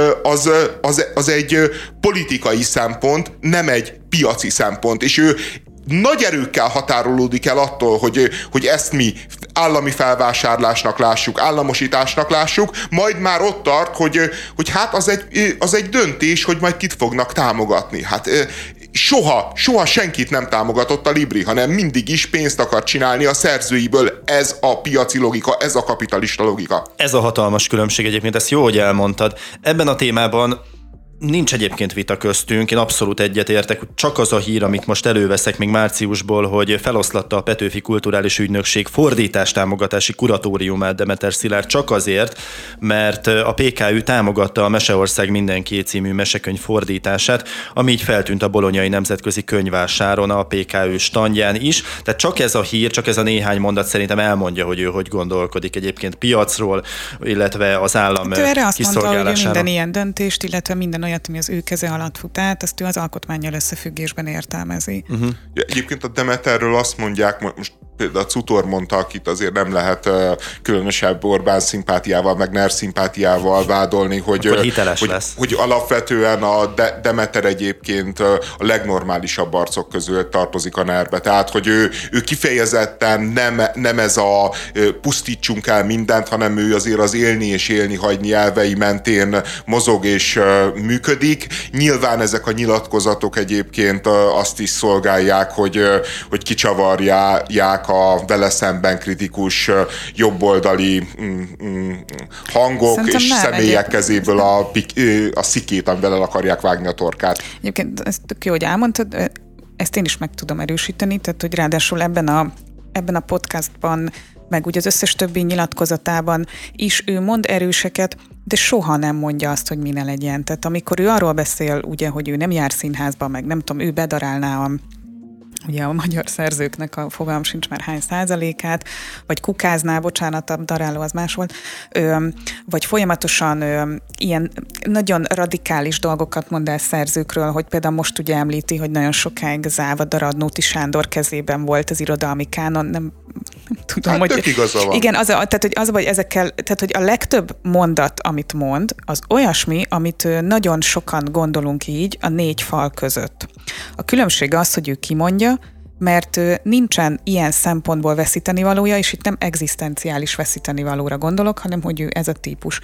Speaker 3: az egy politikai szempont, nem egy piaci szempont. És ő nagy erőkkel határolódik el attól, hogy ezt mi állami felvásárlásnak lássuk, államosításnak lássuk, majd már ott tart, hogy hát az egy döntés, hogy majd kit fognak támogatni. Hát soha senkit nem támogatott a Libri, hanem mindig is pénzt akar csinálni a szerzőiből. Ez a piaci logika, ez a kapitalista logika.
Speaker 1: Ez a hatalmas különbség egyébként, ezt jó, hogy elmondtad. Ebben a témában nincs egyébként vita köztünk, én abszolút egyetértek, csak az a hír, amit most előveszek még márciusból, hogy feloszlatta a Petőfi Kulturális Ügynökség fordítástámogatási kuratóriumát Demeter Szilárd csak azért, mert a PKÜ támogatta a Meseország mindenki című mesekönyv fordítását, ami így feltűnt a Bolonyai Nemzetközi Könyvvásáron, a PKÜ standján is. Tehát csak ez a hír, csak ez a néhány mondat szerintem elmondja, hogy ő hogy gondolkodik egyébként piacról, illetve az állam
Speaker 2: kiszolgálásáról. Erre azt mondta, hogy minden ilyen döntést, illetve minden olyat, ami az ő keze alatt fut át, azt ő az alkotmánnyal összefüggésben értelmezi.
Speaker 3: Ja, egyébként a Demeterről azt mondják, most például a Cutor mondta, akit azért nem lehet különösebb Orbán szimpátiával, meg NER szimpátiával vádolni, hogy alapvetően a Demeter egyébként a legnormálisabb arcok közül tartozik a NER-be. Tehát, hogy ő kifejezetten nem ez a pusztítsunk el mindent, hanem ő azért az élni és élni hagyni elvei mentén mozog és működik. Nyilván ezek a nyilatkozatok egyébként azt is szolgálják, hogy kicsavarják a vele szemben kritikus jobboldali hangok szerintem és személyek kezéből a szikét, amivel el akarják vágni a torkát.
Speaker 2: Egyébként ezt tök jó, hogy elmondtad, ezt én is meg tudom erősíteni, tehát hogy ráadásul ebben a podcastban, meg ugye az összes többi nyilatkozatában is ő mond erőseket, de soha nem mondja azt, hogy mi ne legyen. Tehát amikor ő arról beszél, ugye, hogy ő nem jár színházba, meg nem tudom, ő bedarálná ugye a magyar szerzőknek a fogalm sincs már hány százalékát, vagy kukázná, bocsánat, a daráló az más volt, vagy folyamatosan ilyen nagyon radikális dolgokat mond el szerzőkről, hogy például most ugye említi, hogy nagyon sokáig Závada Radnóti Sándor kezében volt az irodalmi kánon, nem tudom,
Speaker 3: hát hogy... igaza van.
Speaker 2: Igen, tehát hogy a legtöbb mondat, amit mond, az olyasmi, amit nagyon sokan gondolunk így a négy fal között. A különbség az, hogy ő kimondja, mert nincsen ilyen szempontból veszítenivalója, és itt nem egzisztenciális veszítenivalóra gondolok, hanem hogy ő ez a típus.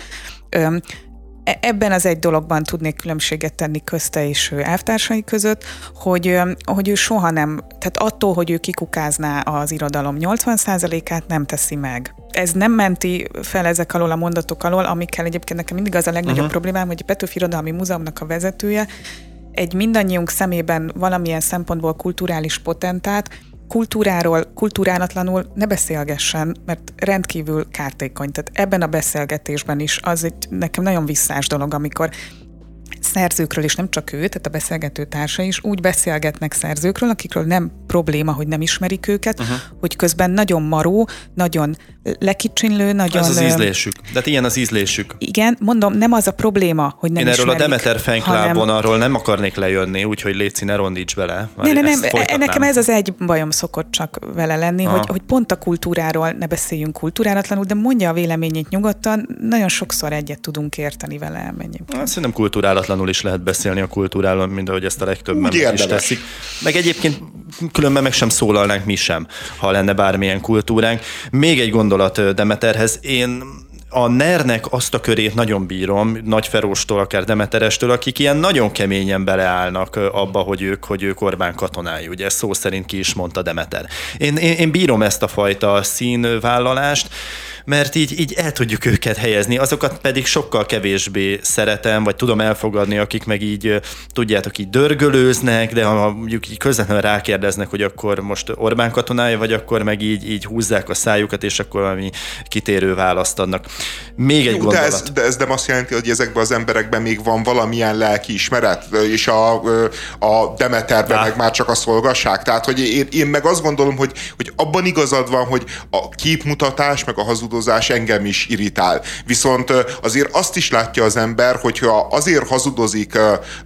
Speaker 2: Ebben az egy dologban tudnék különbséget tenni közte és elvtársai között, hogy ő soha nem, tehát attól, hogy ő kikukázná az irodalom 80%-át, nem teszi meg. Ez nem menti fel ezek alól a mondatok alól, amikkel egyébként nekem mindig az a legnagyobb problémám, hogy a Petőfi Irodalmi Múzeumnak a vezetője egy mindannyiunk szemében valamilyen szempontból kulturális potentát, kulturálatlanul ne beszélgessen, mert rendkívül kártékony. Tehát ebben a beszélgetésben is az egy nekem nagyon visszás dolog, amikor szerzőkről, és nem csak ő, tehát a beszélgető társa is úgy beszélgetnek szerzőkről, akikről nem probléma, hogy nem ismerik őket, hogy közben nagyon maró, nagyon lekicsinlő, nagyon...
Speaker 1: Ez az ízlésük. De ilyen az ízlésük.
Speaker 2: Igen, mondom, nem az a probléma, hogy nem
Speaker 1: ismerik. Én erről a Demeter
Speaker 2: fanklábon
Speaker 1: arról nem akarnék lejönni, úgyhogy létszi, ne rondíts bele.
Speaker 2: Nem, nekem ez az egy bajom szokott csak vele lenni, hogy pont a kultúráról ne beszéljünk kulturálatlanul, de mondja a véleményét nyugodtan, nagyon sokszor egyet tudunk érteni vele.
Speaker 1: Szerintem kulturálatlanul is lehet beszélni a kultúráról, mint ahogy ezt a legtöbben is teszik. Meg egyébként különben meg sem szólalnánk mi sem, ha lenne bármilyen kultúránk. Még egy gondolat Demeterhez. Én a NER-nek azt a körét nagyon bírom, Nagy Feróstól, akár Demeterestől, akik ilyen nagyon keményen beleállnak abba, hogy ők Orbán katonái. Ugye ezt szó szerint ki is mondta Demeter. Én bírom ezt a fajta színvállalást, mert így el tudjuk őket helyezni, azokat pedig sokkal kevésbé szeretem, vagy tudom elfogadni, akik meg így, tudjátok, így dörgölőznek, de ha mondjuk így közvetlenül rákérdeznek, hogy akkor most Orbán katonája, vagy akkor meg így húzzák a szájukat, és akkor valami kitérő választ adnak. Még egy gondolat.
Speaker 3: De ez nem azt jelenti, hogy ezekben az emberekben még van valamilyen lelkiismeret, és a Demeterben meg már csak a szolgasság. Tehát, hogy én meg azt gondolom, hogy abban igazad van, hogy a képmutatás, meg a hazudozás engem is irritál. Viszont azért azt is látja az ember, hogyha azért hazudozik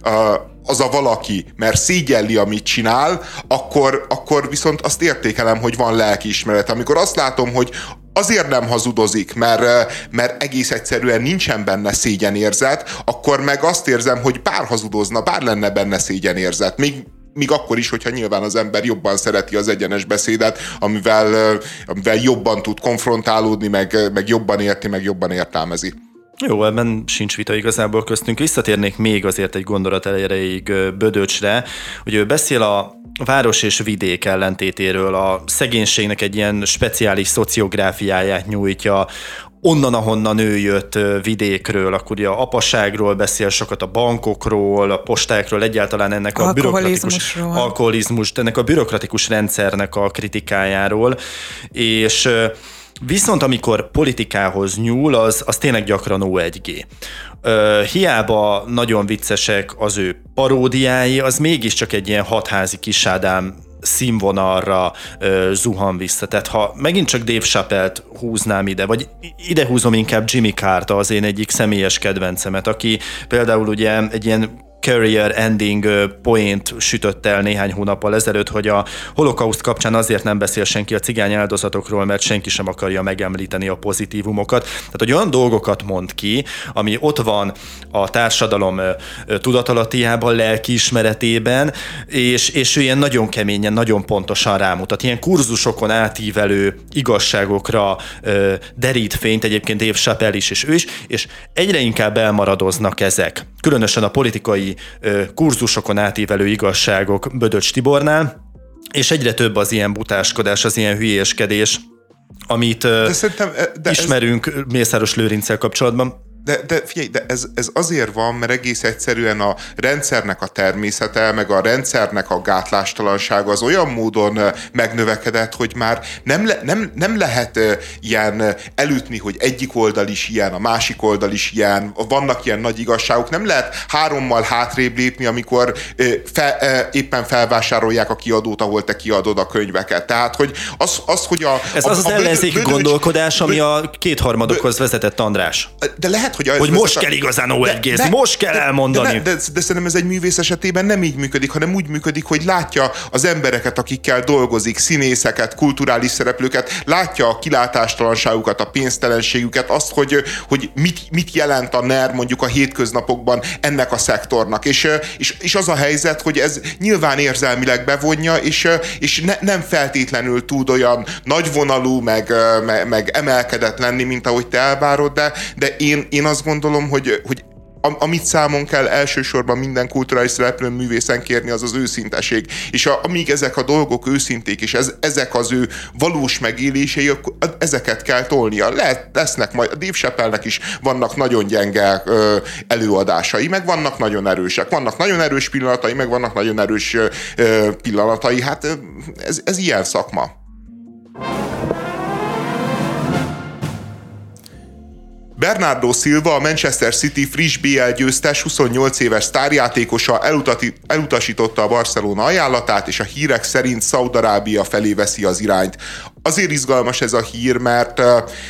Speaker 3: az a valaki, mert szégyelli, amit csinál, akkor viszont azt értékelem, hogy van lelkiismeret. Amikor azt látom, hogy azért nem hazudozik, mert egész egyszerűen nincsen benne szégyenérzet, akkor meg azt érzem, hogy bár hazudozna, bár lenne benne szégyenérzet. Még akkor is, hogyha nyilván az ember jobban szereti az egyenes beszédet, amivel jobban tud konfrontálódni, meg jobban érti, meg jobban értelmezi.
Speaker 1: Jó, ebben sincs vita igazából köztünk. Visszatérnék még azért egy gondolat erejéig Bödöcsre, hogy ő beszél a város és vidék ellentétéről, a szegénységnek egy ilyen speciális szociográfiáját nyújtja, onnan, ahonnan ő jött vidékről, akkor a apaságról beszél sokat, a bankokról, a postákról, egyáltalán ennek a alkoholizmus, ennek a bürokratikus rendszernek a kritikájáról, és viszont amikor politikához nyúl, az tényleg gyakran O1G. Hiába nagyon viccesek az ő paródiái, az mégiscsak egy ilyen hatházi Kisádám színvonalra zuhan vissza. Tehát ha megint csak Dave Chappelle-t húznám ide, vagy ide húzom inkább Jimmy Carr-t, az én egyik személyes kedvencemet, aki például ugye egy ilyen career ending poént sütött el néhány hónappal ezelőtt, hogy a holokauszt kapcsán azért nem beszél senki a cigány áldozatokról, mert senki sem akarja megemlíteni a pozitívumokat. Tehát, hogy olyan dolgokat mond ki, ami ott van a társadalom tudatalattiában, lelkiismeretében, és ő ilyen nagyon keményen, nagyon pontosan rámutat. Ilyen kurzusokon átívelő igazságokra derít fényt, egyébként Dave Chappelle is, és ő is, és egyre inkább elmaradoznak ezek. Különösen a politikai kurzusokon átívelő igazságok Bödöcs Tibornál, és egyre több az ilyen butáskodás, az ilyen hülyéskedés, amit ismerünk Mészáros Lőrinccel kapcsolatban.
Speaker 3: De figyelj, de ez azért van, mert egész egyszerűen a rendszernek a természete, meg a rendszernek a gátlástalansága az olyan módon megnövekedett, hogy már nem lehet ilyen elütni, hogy egyik oldal is ilyen, a másik oldal is ilyen, vannak ilyen nagy igazságok, nem lehet 3-mal hátrébb lépni, amikor éppen felvásárolják a kiadót, ahol te kiadod a könyveket. Tehát, hogy hogy
Speaker 1: ez az ellenzéki gondolkodás, ami a kétharmadokhoz vezetett, András.
Speaker 3: De lehet,
Speaker 1: hogy most kell igazán O1G-zni, most kell elmondani.
Speaker 3: De szerintem ez egy művész esetében nem így működik, hanem úgy működik, hogy látja az embereket, akikkel dolgozik, színészeket, kulturális szereplőket, látja a kilátástalanságukat, a pénztelenségüket, azt, hogy mit jelent a NER mondjuk a hétköznapokban ennek a szektornak. És az a helyzet, hogy ez nyilván érzelmileg bevonja, és nem feltétlenül tud olyan nagyvonalú, meg emelkedett lenni, mint ahogy te elvárod, de én azt gondolom, hogy amit számon kell elsősorban minden kulturális szereplőn művészen kérni, az az őszinteség. És amíg ezek a dolgok őszinték, és ezek az ő valós megélései, ezeket kell tolnia. Lesznek majd, a Dave Chappelle-nek is vannak nagyon gyenge előadásai, meg vannak nagyon erősek. Vannak nagyon erős pillanatai, meg vannak nagyon erős pillanatai. Hát ez ilyen szakma. Bernardo Silva, a Manchester City friss BL győztes, 28 éves sztárjátékosa elutasította a Barcelona ajánlatát, és a hírek szerint Szaúd-Arábia felé veszi az irányt. Azért izgalmas ez a hír, mert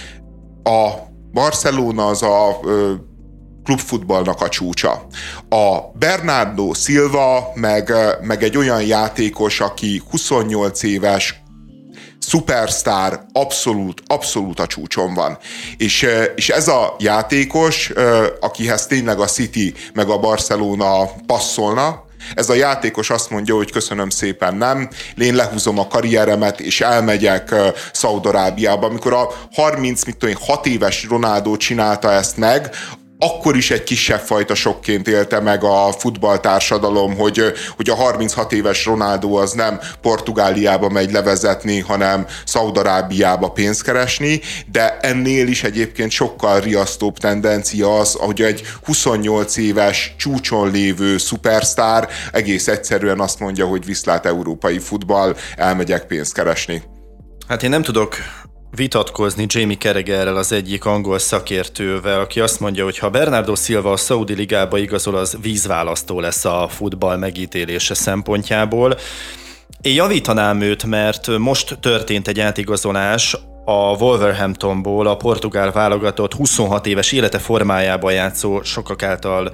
Speaker 3: a Barcelona az a klubfutballnak a csúcsa. A Bernardo Silva meg egy olyan játékos, aki 28 éves, szupersztár, abszolút a csúcson van. És ez a játékos, akihez tényleg a City meg a Barcelona passzolna, ez a játékos azt mondja, hogy köszönöm szépen, nem, én lehúzom a karrieremet, és elmegyek Szaúd-Arábiába. Amikor a 6 éves Ronaldo csinálta ezt meg, akkor is egy kisebb fajta sokként élte meg a futballtársadalom, hogy a 36 éves Ronaldo az nem Portugáliába megy levezetni, hanem Szaúd-Arábiába pénzt keresni, de ennél is egyébként sokkal riasztóbb tendencia az, hogy egy 28 éves csúcson lévő szupersztár egész egyszerűen azt mondja, hogy viszlát európai futball, elmegyek pénzt keresni.
Speaker 1: Hát én nem tudok vitatkozni Jamie Carragherrel, az egyik angol szakértővel, aki azt mondja, hogy ha Bernardo Silva a szaudi ligába igazol, az vízválasztó lesz a futball megítélése szempontjából. Én javítanám őt, mert most történt egy átigazolás a Wolverhamptonból, a portugál válogatott 26 éves élete formájában játszó, sokak által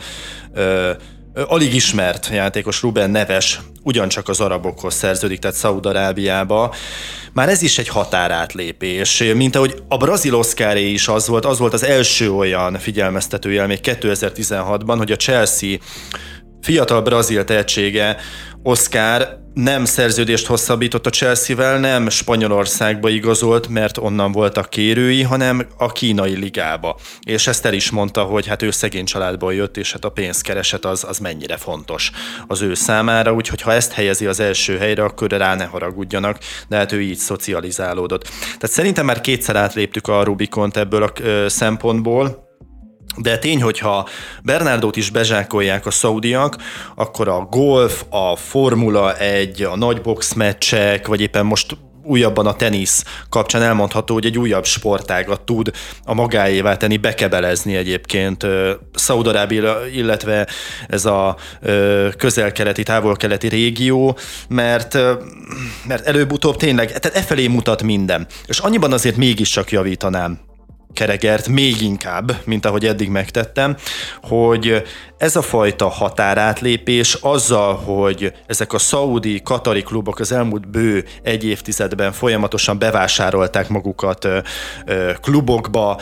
Speaker 1: alig ismert játékos Ruben Neves ugyancsak az arabokhoz szerződik, tehát Szaúd-Arábiába. Már ez is egy határátlépés, mint ahogy a brazil Oscaré is az volt az első olyan figyelmeztetőjel még 2016-ban, hogy a Chelsea fiatal brazil tehetsége Oscar nem szerződést hosszabbított a Chelsea-vel, nem Spanyolországba igazolt, mert onnan voltak kérői, hanem a kínai ligába. És ezt el is mondta, hogy hát ő szegény családból jött, és hát a pénzkereset az mennyire fontos az ő számára, úgyhogy ha ezt helyezi az első helyre, akkor rá ne haragudjanak, de hát ő így szocializálódott. Tehát szerintem már kétszer átléptük a Rubikont ebből a szempontból, de tény, hogyha Bernardót is bezsákolják a szaudiak, akkor a golf, a Formula 1, a nagy boxmeccsek, vagy éppen most újabban a tenisz kapcsán elmondható, hogy egy újabb sportágat tud a magáévá tenni, bekebelezni egyébként Szaúd-Arábia, illetve ez a közel-keleti, távol-keleti régió, mert előbb-utóbb tényleg, tehát efelé mutat minden. És annyiban azért mégiscsak javítanám Carraghert még inkább, mint ahogy eddig megtettem, hogy ez a fajta határátlépés azzal, hogy ezek a szaudi, katari klubok az elmúlt bő egy évtizedben folyamatosan bevásárolták magukat klubokba,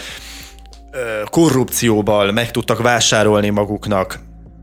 Speaker 1: korrupcióval meg tudtak vásárolni maguknak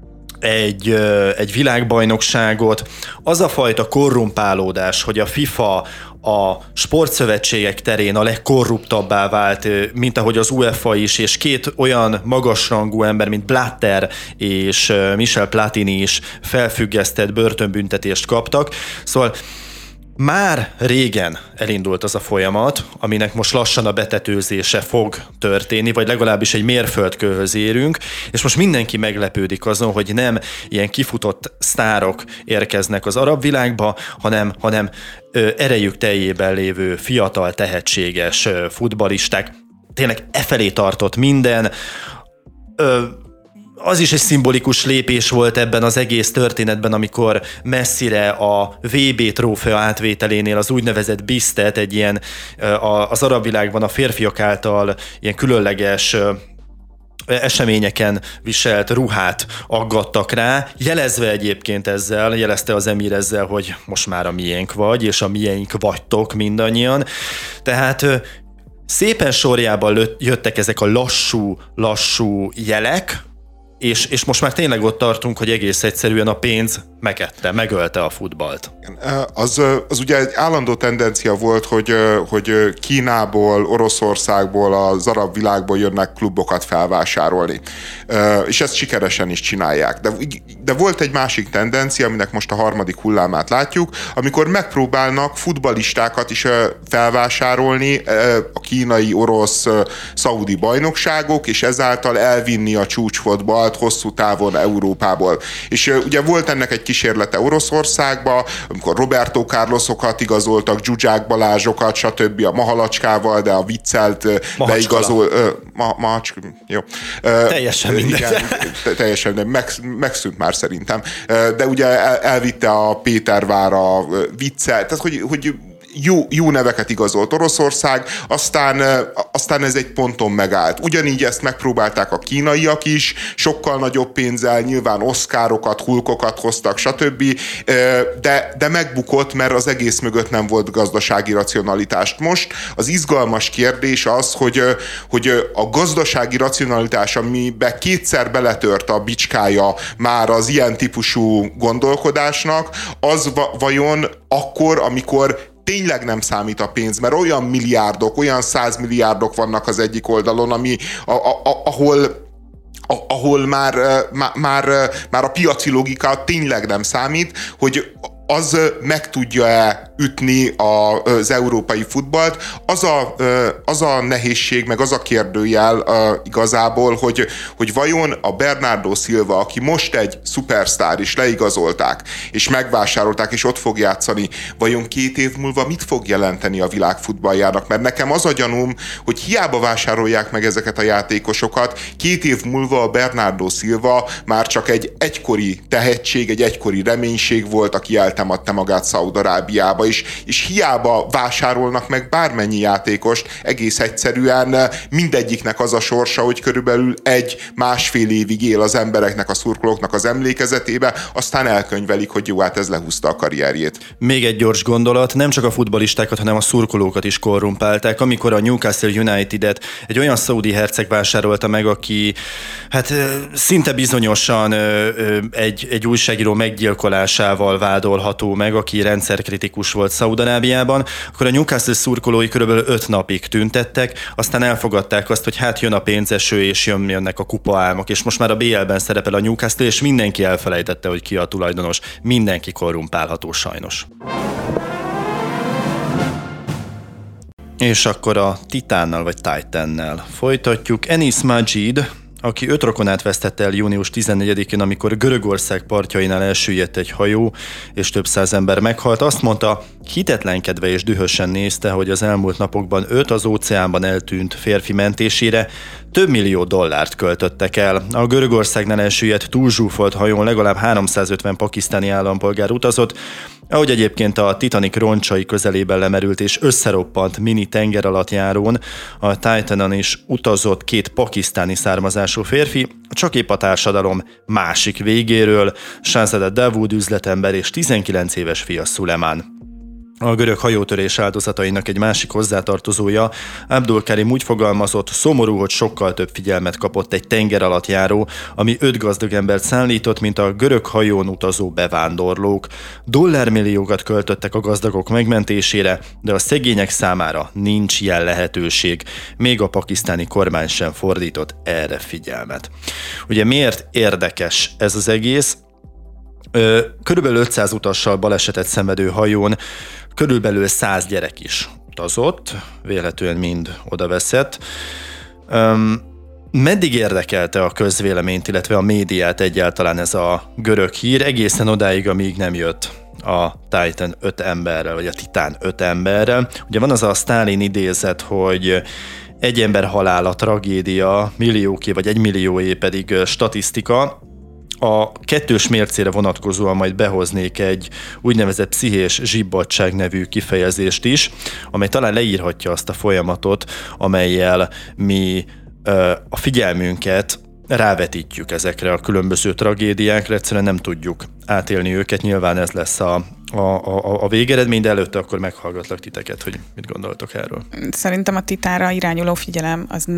Speaker 1: egy világbajnokságot, az a fajta korrumpálódás, hogy a FIFA a sportszövetségek terén a legkorruptabbá vált, mint ahogy az UEFA is, és két olyan magasrangú ember, mint Blatter és Michel Platini is felfüggesztett börtönbüntetést kaptak. Szóval már régen elindult az a folyamat, aminek most lassan a betetőzése fog történni, vagy legalábbis egy mérföldkőhöz érünk, és most mindenki meglepődik azon, hogy nem ilyen kifutott sztárok érkeznek az arab világba, hanem erejük teljében lévő fiatal, tehetséges futballisták. Tényleg efelé tartott minden. Az is egy szimbolikus lépés volt ebben az egész történetben, amikor messzire a VB trófea átvételénél az úgynevezett bisztet, egy ilyen az arab világban a férfiak által ilyen különleges eseményeken viselt ruhát aggattak rá, jelezve egyébként jelezte az emír ezzel, hogy most már a miénk vagy, és a miénk vagytok mindannyian. Tehát szépen sorjában jöttek ezek a lassú jelek, és most már tényleg ott tartunk, hogy egész egyszerűen a pénz megölte a futballt.
Speaker 3: Az ugye egy állandó tendencia volt, hogy Kínából, Oroszországból, az arab világból jönnek klubokat felvásárolni. És ezt sikeresen is csinálják. De volt egy másik tendencia, aminek most a harmadik hullámát látjuk, amikor megpróbálnak futballistákat is felvásárolni a kínai, orosz, szaudi bajnokságok, és ezáltal elvinni a csúcsfotbalt hosszú távon Európából. És ugye volt ennek egy kísérlete Oroszországba, amikor Roberto Carlosokat igazoltak, Zsuzsák Balázsokat, stb. A Mahalacskával, de a viccelt leigazol... Jó.
Speaker 1: Teljesen mindegy.
Speaker 3: Teljesen, megszűnt már szerintem. De ugye elvitte a Pétervára viccel, tehát hogy jó neveket igazolt Oroszország, aztán ez egy ponton megállt. Ugyanígy ezt megpróbálták a kínaiak is, sokkal nagyobb pénzzel, nyilván oszkárokat, hulkokat hoztak, stb. De megbukott, mert az egész mögött nem volt gazdasági racionalitást. Most az izgalmas kérdés az, hogy a gazdasági racionalitás, amiben kétszer beletört a bicskája már az ilyen típusú gondolkodásnak, az vajon akkor, amikor tényleg nem számít a pénz, mert olyan milliárdok, olyan 100 milliárdok vannak az egyik oldalon, ahol már a piaci logika tényleg nem számít, hogy az meg tudja-e ütni az európai futballt. Az a nehézség, meg az a kérdőjel igazából, hogy vajon a Bernardo Silva, aki most egy szupersztár, és leigazolták, és megvásárolták, és ott fog játszani, vajon 2 év múlva mit fog jelenteni a világ futballjának? Mert nekem az a gyanúm, hogy hiába vásárolják meg ezeket a játékosokat, 2 év múlva a Bernardo Silva már csak egy egykori tehetség, egy egykori reménység volt, aki eltemadta magát Szaúd-Arábiába, és hiába vásárolnak meg bármennyi játékost, egész egyszerűen mindegyiknek az a sorsa, hogy körülbelül 1-1,5 évig él az embereknek, a szurkolóknak az emlékezetébe, aztán elkönyvelik, hogy jó, hát ez lehúzta a karrierjét.
Speaker 1: Még egy gyors gondolat, nem csak a futballistákat, hanem a szurkolókat is korrumpálták. Amikor a Newcastle United-et egy olyan szaudi herceg vásárolta meg, aki hát szinte bizonyosan egy újságíró meggyilkolásával vádolható meg, aki rendszerkritikus volt Szaúd-Arábiában, akkor a Newcastle szurkolói körülbelül 5 napig tüntettek, aztán elfogadták azt, hogy hát jön a pénzeső, és jönnek a kupaálmok, és most már a BL-ben szerepel a Newcastle, és mindenki elfelejtette, hogy ki a tulajdonos. Mindenki korrumpálható sajnos. És akkor a Titánnal vagy Titannel folytatjuk. Enis Majid, aki 5 rokonát vesztette el június 14-én, amikor Görögország partjainál elsüllyedt egy hajó, és több száz ember meghalt, azt mondta, hitetlenkedve és dühösen nézte, hogy az elmúlt napokban 5 az óceánban eltűnt férfi mentésére több millió dollárt költöttek el. A Görögországnál elsüllyedt túlzsúfolt hajón legalább 350 pakisztáni állampolgár utazott, ahogy egyébként a Titanic roncsai közelében lemerült és összeroppant mini tengeralattjárón a Titanon is utazott 2 pakisztáni származású férfi, csak épp a társadalom másik végéről, Shahzada Dawood üzletember és 19 éves fia Szulejmán. A görög hajótörés áldozatainak egy másik hozzátartozója, Abdul Karim úgy fogalmazott, szomorú, hogy sokkal több figyelmet kapott egy tengeralattjáró, ami 5 gazdag embert szállított, mint a görög hajón utazó bevándorlók. Dollármilliókat költöttek a gazdagok megmentésére, de a szegények számára nincs ilyen lehetőség. Még a pakisztáni kormány sem fordított erre figyelmet. Ugye miért érdekes ez az egész? Körülbelül 500 utassal balesetet szenvedő hajón körülbelül 100 gyerek is utazott, vélhetően mind odaveszett. Meddig érdekelte a közvéleményt, illetve a médiát egyáltalán ez a görög hír, egészen odáig, amíg nem jött a Titan 5 emberrel, vagy a Titán 5 emberrel. Ugye van az a Sztálin idézet, hogy egy ember halála tragédia, millióké vagy 1 millióé pedig statisztika. A kettős mércére vonatkozóan majd behoznék egy úgynevezett pszichés zsibbadság nevű kifejezést is, amely talán leírhatja azt a folyamatot, amellyel mi a figyelmünket rávetítjük ezekre a különböző tragédiákra, egyszerűen nem tudjuk átélni őket, nyilván ez lesz a végeredmény, de előtte akkor meghallgatlak titeket, hogy mit gondoltok erről.
Speaker 2: Szerintem a Titánra irányuló figyelem az nem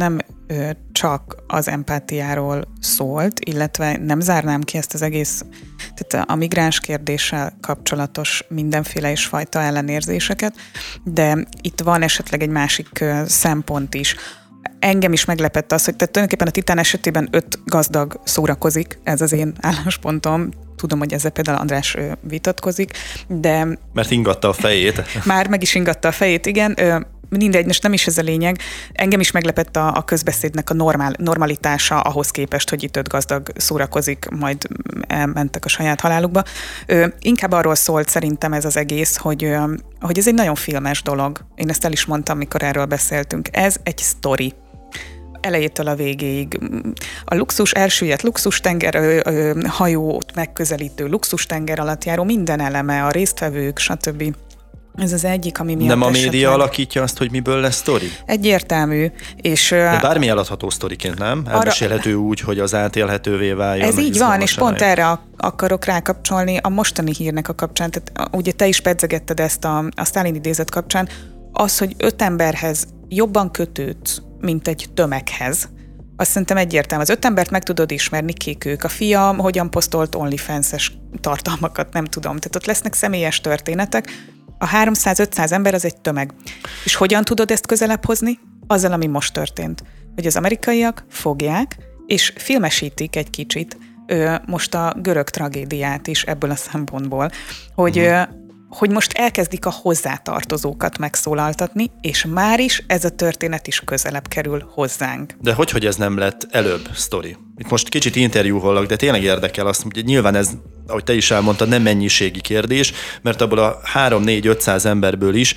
Speaker 2: csak az empátiáról szólt, illetve nem zárnám ki ezt az egész, tehát a migráns kérdéssel kapcsolatos mindenféle és fajta ellenérzéseket, de itt van esetleg egy másik szempont is. Engem is meglepett az, hogy tehát tulajdonképpen a Titán esetében 5 gazdag szórakozik, ez az én álláspontom. Tudom, hogy ezzel például András vitatkozik, de...
Speaker 1: Mert ingatta a fejét.
Speaker 2: Már meg is ingatta a fejét, igen. Mindegy, most nem is ez a lényeg. Engem is meglepett a közbeszédnek a normalitása ahhoz képest, hogy itt 5 gazdag szórakozik, majd elmentek a saját halálukba. Inkább arról szólt szerintem ez az egész, hogy ez egy nagyon filmes dolog. Én ezt el is mondtam, mikor erről beszéltünk. Ez egy sztori. Elejétől a végéig. A elsüllyedt luxustenger, hajót megközelítő luxustenger alatt járó minden eleme, a résztvevők, stb. Ez az egyik, ami miatt
Speaker 1: nem a média alakítja azt, hogy miből lesz sztori?
Speaker 2: Egyértelmű. És
Speaker 1: de bármi eladható sztoriként, nem? Elmesélhető úgy, hogy az átélhetővé váljon.
Speaker 2: Ez így van, és pont erre akarok rákapcsolni a mostani hírnek a kapcsán. Tehát ugye te is pedzegetted ezt a Sztálin idézet kapcsán. Az, hogy 5 emberhez jobban kötődsz, mint egy tömeghez, azt szerintem egyértelmű. Az 5 embert meg tudod ismerni, kik ők. A fia hogyan posztolt OnlyFans-es tartalmakat, nem tudom. Tehát ott lesznek személyes történetek. A 300-500 ember az egy tömeg. És hogyan tudod ezt közelebb hozni? Azzal, ami most történt. Hogy az amerikaiak fogják, és filmesítik egy kicsit most a görög tragédiát is ebből a szempontból, hogy most elkezdik a hozzátartozókat megszólaltatni, és már is ez a történet is közelebb kerül hozzánk.
Speaker 1: De hogy ez nem lett előbb sztori? Itt most kicsit interjúhollak, de tényleg érdekel azt, hogy nyilván ez, ahogy te is elmondtad, nem mennyiségi kérdés, mert abból a 3-4-500 emberből is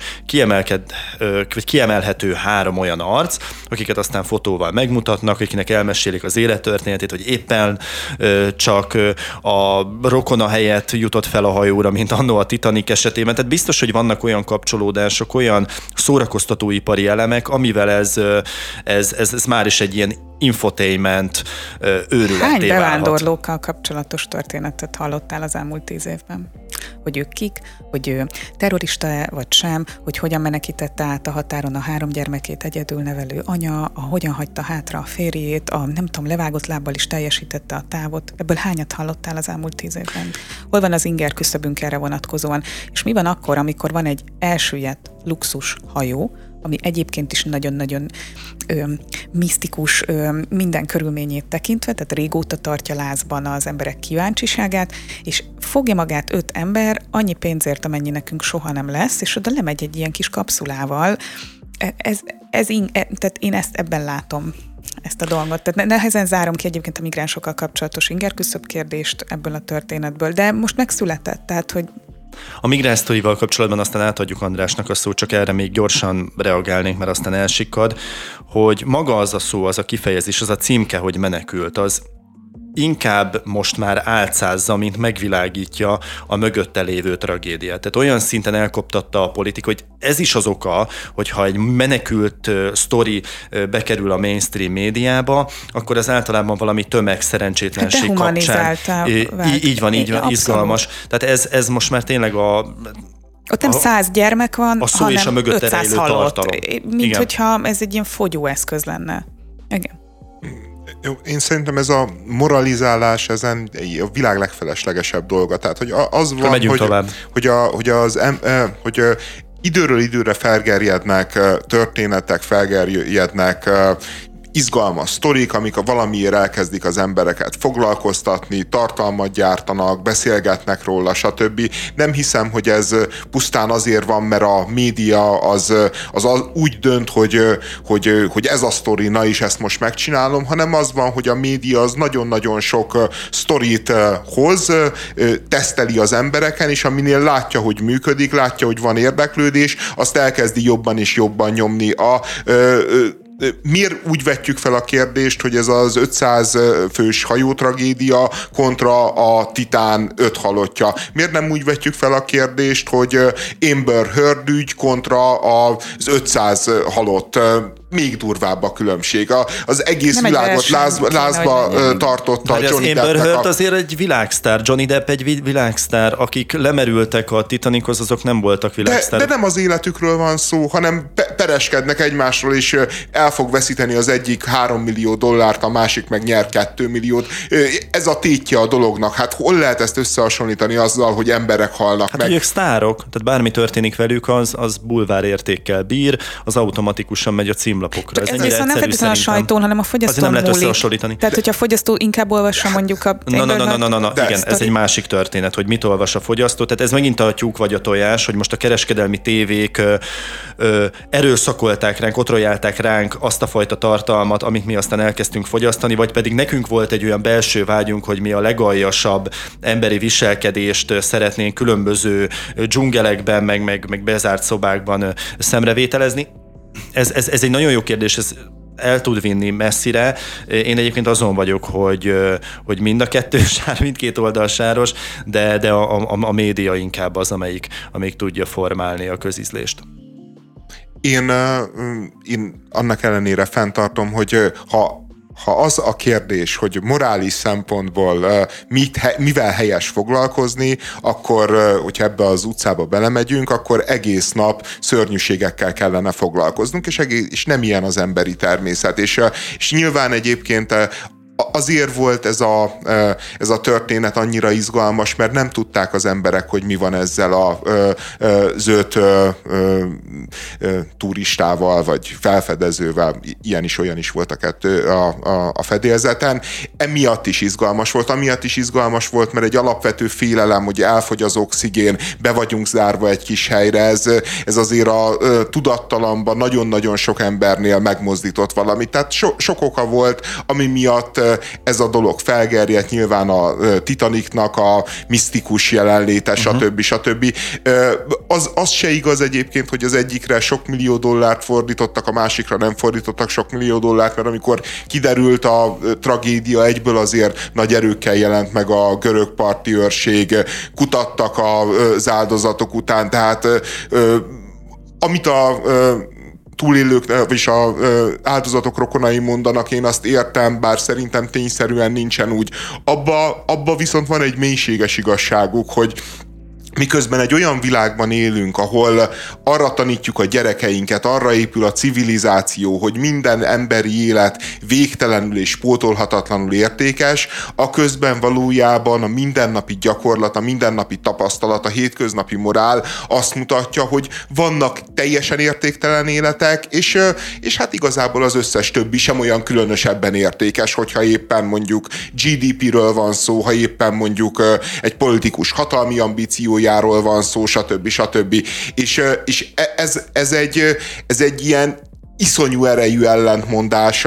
Speaker 1: kiemelhető 3 olyan arc, akiket aztán fotóval megmutatnak, akinek elmesélik az élettörténetét, hogy éppen csak a rokona helyett jutott fel a hajóra, mint annó a Titanic esetében. Tehát biztos, hogy vannak olyan kapcsolódások, olyan szórakoztatóipari elemek, amivel ez már is egy ilyen infotainment őrületté válhat.
Speaker 2: Hány bevándorlókkal kapcsolatos történetet hallottál az elmúlt 10 évben? Hogy ők kik, hogy ő terrorista-e vagy sem, hogy hogyan menekítette át a határon a 3 gyermekét egyedül nevelő anya, hogyan hagyta hátra a férjét, nem tudom, levágott lábbal is teljesítette a távot. Ebből hányat hallottál az elmúlt 10 évben? Hol van az inger küszöbünk erre vonatkozóan? És mi van akkor, amikor van egy elsüllyedt luxus hajó, ami egyébként is nagyon-nagyon misztikus minden körülményét tekintve, tehát régóta tartja lázban az emberek kíváncsiságát, és fogja magát 5 ember annyi pénzért, amennyi nekünk soha nem lesz, és oda lemegy egy ilyen kis kapszulával. Tehát én ezt ebben látom, ezt a dolgot. Tehát nehezen zárom ki egyébként a migránsokkal kapcsolatos ingerküszöbb kérdést ebből a történetből, de most megszületett, tehát hogy
Speaker 1: a migráns sztorival kapcsolatban aztán átadjuk Andrásnak a szót, csak erre még gyorsan reagálnék, mert aztán elsikkad, hogy maga az a szó, az a kifejezés, az a címke, hogy menekült, az inkább most már álcázza, mint megvilágítja a mögötte lévő tragédiát. Tehát olyan szinten elkoptatta a politika, hogy ez is az oka, hogyha egy menekült sztori bekerül a mainstream médiába, akkor az általában valami tömegszerencsétlenség kapcsán. Így van, izgalmas. Tehát ez most már tényleg
Speaker 2: ott nem 100 gyermek van,
Speaker 1: a szó és a mögötte rejlő tartalom.
Speaker 2: Mint hogyha ez egy ilyen fogyóeszköz lenne. Igen.
Speaker 3: Én szerintem ez a moralizálás ezen a világ legfeleslegesebb dolga. Tehát, hogy az van, hogy időről időre felgerjednek történetek, felgerjednek izgalmas sztorik, amik valamiért elkezdik az embereket foglalkoztatni, tartalmat gyártanak, beszélgetnek róla, stb. Nem hiszem, hogy ez pusztán azért van, mert a média az úgy dönt, hogy ez a sztori, na is ezt most megcsinálom, hanem az van, hogy a média az nagyon-nagyon sok sztorit hoz, teszteli az embereken, és aminél látja, hogy működik, látja, hogy van érdeklődés, azt elkezdi jobban és jobban nyomni. Miért úgy vetjük fel a kérdést, hogy ez az 500 fős hajótragédia kontra a Titán 5 halottja? Miért nem úgy vetjük fel a kérdést, hogy Amber Heard ügy kontra az 500 halott? még durvább a különbség. Az egész nem világot lázba tartotta Johnny Deppnek.
Speaker 1: Amber Heard azért egy világsztár, Johnny Depp egy világsztár, akik lemerültek a Titanichoz, azok nem voltak világsztárok.
Speaker 3: De nem az életükről van szó, hanem pereskednek egymásról, és el fog veszíteni az egyik $3 millió, a másik meg nyer 2 milliót. Ez a tétje a dolognak. Hát hol lehet ezt összehasonlítani azzal, hogy emberek halnak meg?
Speaker 1: Ők sztárok, tehát bármi történik velük, az bulvár értékkel bír, az automatikusan megy a címlapokra.
Speaker 2: Ez viszont nem feltétlenül a sajtón, hanem a fogyasztón
Speaker 1: múlik. Nem lehet összehasonlítani.
Speaker 2: Tehát, hogyha a fogyasztó inkább olvassa mondjuk a...
Speaker 1: Igen, ez egy másik történet, hogy mit olvas a fogyasztó. Tehát ez megint a tyúk vagy a tojás, hogy most a kereskedelmi tévék erőszakolták ránk, otrojálták ránk azt a fajta tartalmat, amit mi aztán elkezdtünk fogyasztani, vagy pedig nekünk volt egy olyan belső vágyunk, hogy mi a legaljasabb emberi viselkedést szeretnénk különböző dzsungelekben, meg bezárt szobákban szemrevételezni. Ez egy nagyon jó kérdés, ez el tud vinni messzire. Én egyébként azon vagyok, hogy mind a kettő sár, mindkét oldal sáros, de a média inkább az, amelyik tudja formálni a közízlést.
Speaker 3: Én annak ellenére fenntartom, hogy ha az a kérdés, hogy morális szempontból mivel helyes foglalkozni, akkor, hogyha ebbe az utcába belemegyünk, akkor egész nap szörnyűségekkel kellene foglalkoznunk, és nem ilyen az emberi természet. És nyilván egyébként azért volt ez a történet annyira izgalmas, mert nem tudták az emberek, hogy mi van ezzel a zöld turistával, vagy felfedezővel, ilyen is, olyan is volt a kettő a fedélzeten. Emiatt is izgalmas volt, amiatt is izgalmas volt, mert egy alapvető félelem, hogy elfogy az oxigén, be vagyunk zárva egy kis helyre, ez azért a tudattalamban nagyon-nagyon sok embernél megmozdított valamit. Tehát sok oka volt, ami miatt ez a dolog felgerjedt, nyilván a Titanicnak a misztikus jelenléte, stb. Az se igaz egyébként, hogy az egyikre sok millió dollárt fordítottak, a másikra nem fordítottak sok millió dollárt, mert amikor kiderült a tragédia, egyből azért nagy erőkkel jelent meg a görög parti őrség, kutattak az áldozatok után, tehát amit a túlélők, vagyis az áldozatok rokonai mondanak, én azt értem, bár szerintem tényszerűen nincsen úgy. Abba viszont van egy mélységes igazságuk, hogy miközben egy olyan világban élünk, ahol arra tanítjuk a gyerekeinket, arra épül a civilizáció, hogy minden emberi élet végtelenül és pótolhatatlanul értékes, aközben valójában a mindennapi gyakorlat, a mindennapi tapasztalat, a hétköznapi morál azt mutatja, hogy vannak teljesen értéktelen életek, és hát igazából az összes többi sem olyan különösebben értékes, hogyha éppen mondjuk GDP-ről van szó, ha éppen mondjuk egy politikus hatalmi ambíciója van szó, stb. És ez egy ilyen iszonyú erejű ellentmondás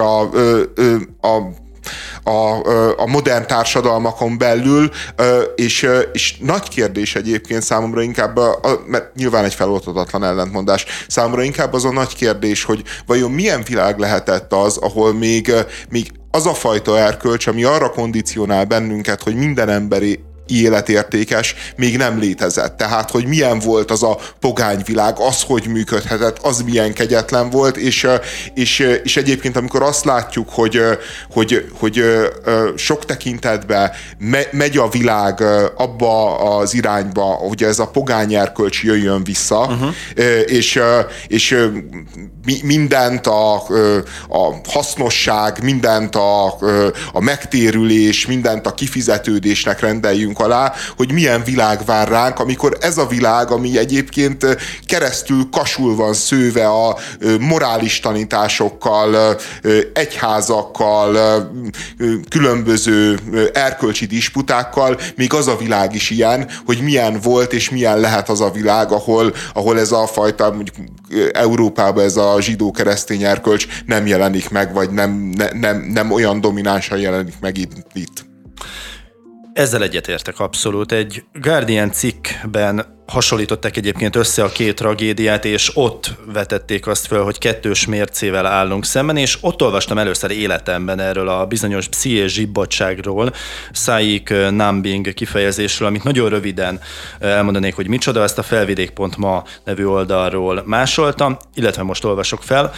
Speaker 3: a modern társadalmakon belül, és nagy kérdés egyébként számomra inkább, mert nyilván egy feloldhatatlan ellentmondás, számomra inkább az a nagy kérdés, hogy vajon milyen világ lehetett az, ahol még az a fajta erkölcs, ami arra kondicionál bennünket, hogy minden emberi életértékes, még nem létezett. Tehát, hogy milyen volt az a pogányvilág, az, hogy működhetett, az milyen kegyetlen volt, és egyébként, amikor azt látjuk, hogy sok tekintetben megy a világ abba az irányba, hogy ez a pogány erkölcs jöjjön vissza, és mindent a hasznosság, mindent a megtérülés, mindent a kifizetődésnek rendeljünk alá, hogy milyen világ vár ránk, amikor ez a világ, ami egyébként keresztül kasul van szőve a morális tanításokkal, egyházakkal, különböző erkölcsi disputákkal, még az a világ is ilyen, hogy milyen volt és milyen lehet az a világ, ahol ez a fajta, mondjuk Európában ez a zsidó-keresztény erkölcs nem jelenik meg, vagy nem olyan dominánsan jelenik meg itt.
Speaker 1: Ezzel egyetértek abszolút. Egy Guardian cikkben hasonlították egyébként össze a két tragédiát, és ott vetették azt föl, hogy kettős mércével állunk szemben, és ott olvastam először életemben erről a bizonyos pszichés zsibbadságról, Saik Numbing kifejezésről, amit nagyon röviden elmondanék, hogy micsoda, ezt a felvidék.ma nevű oldalról másoltam, illetve most olvasok fel.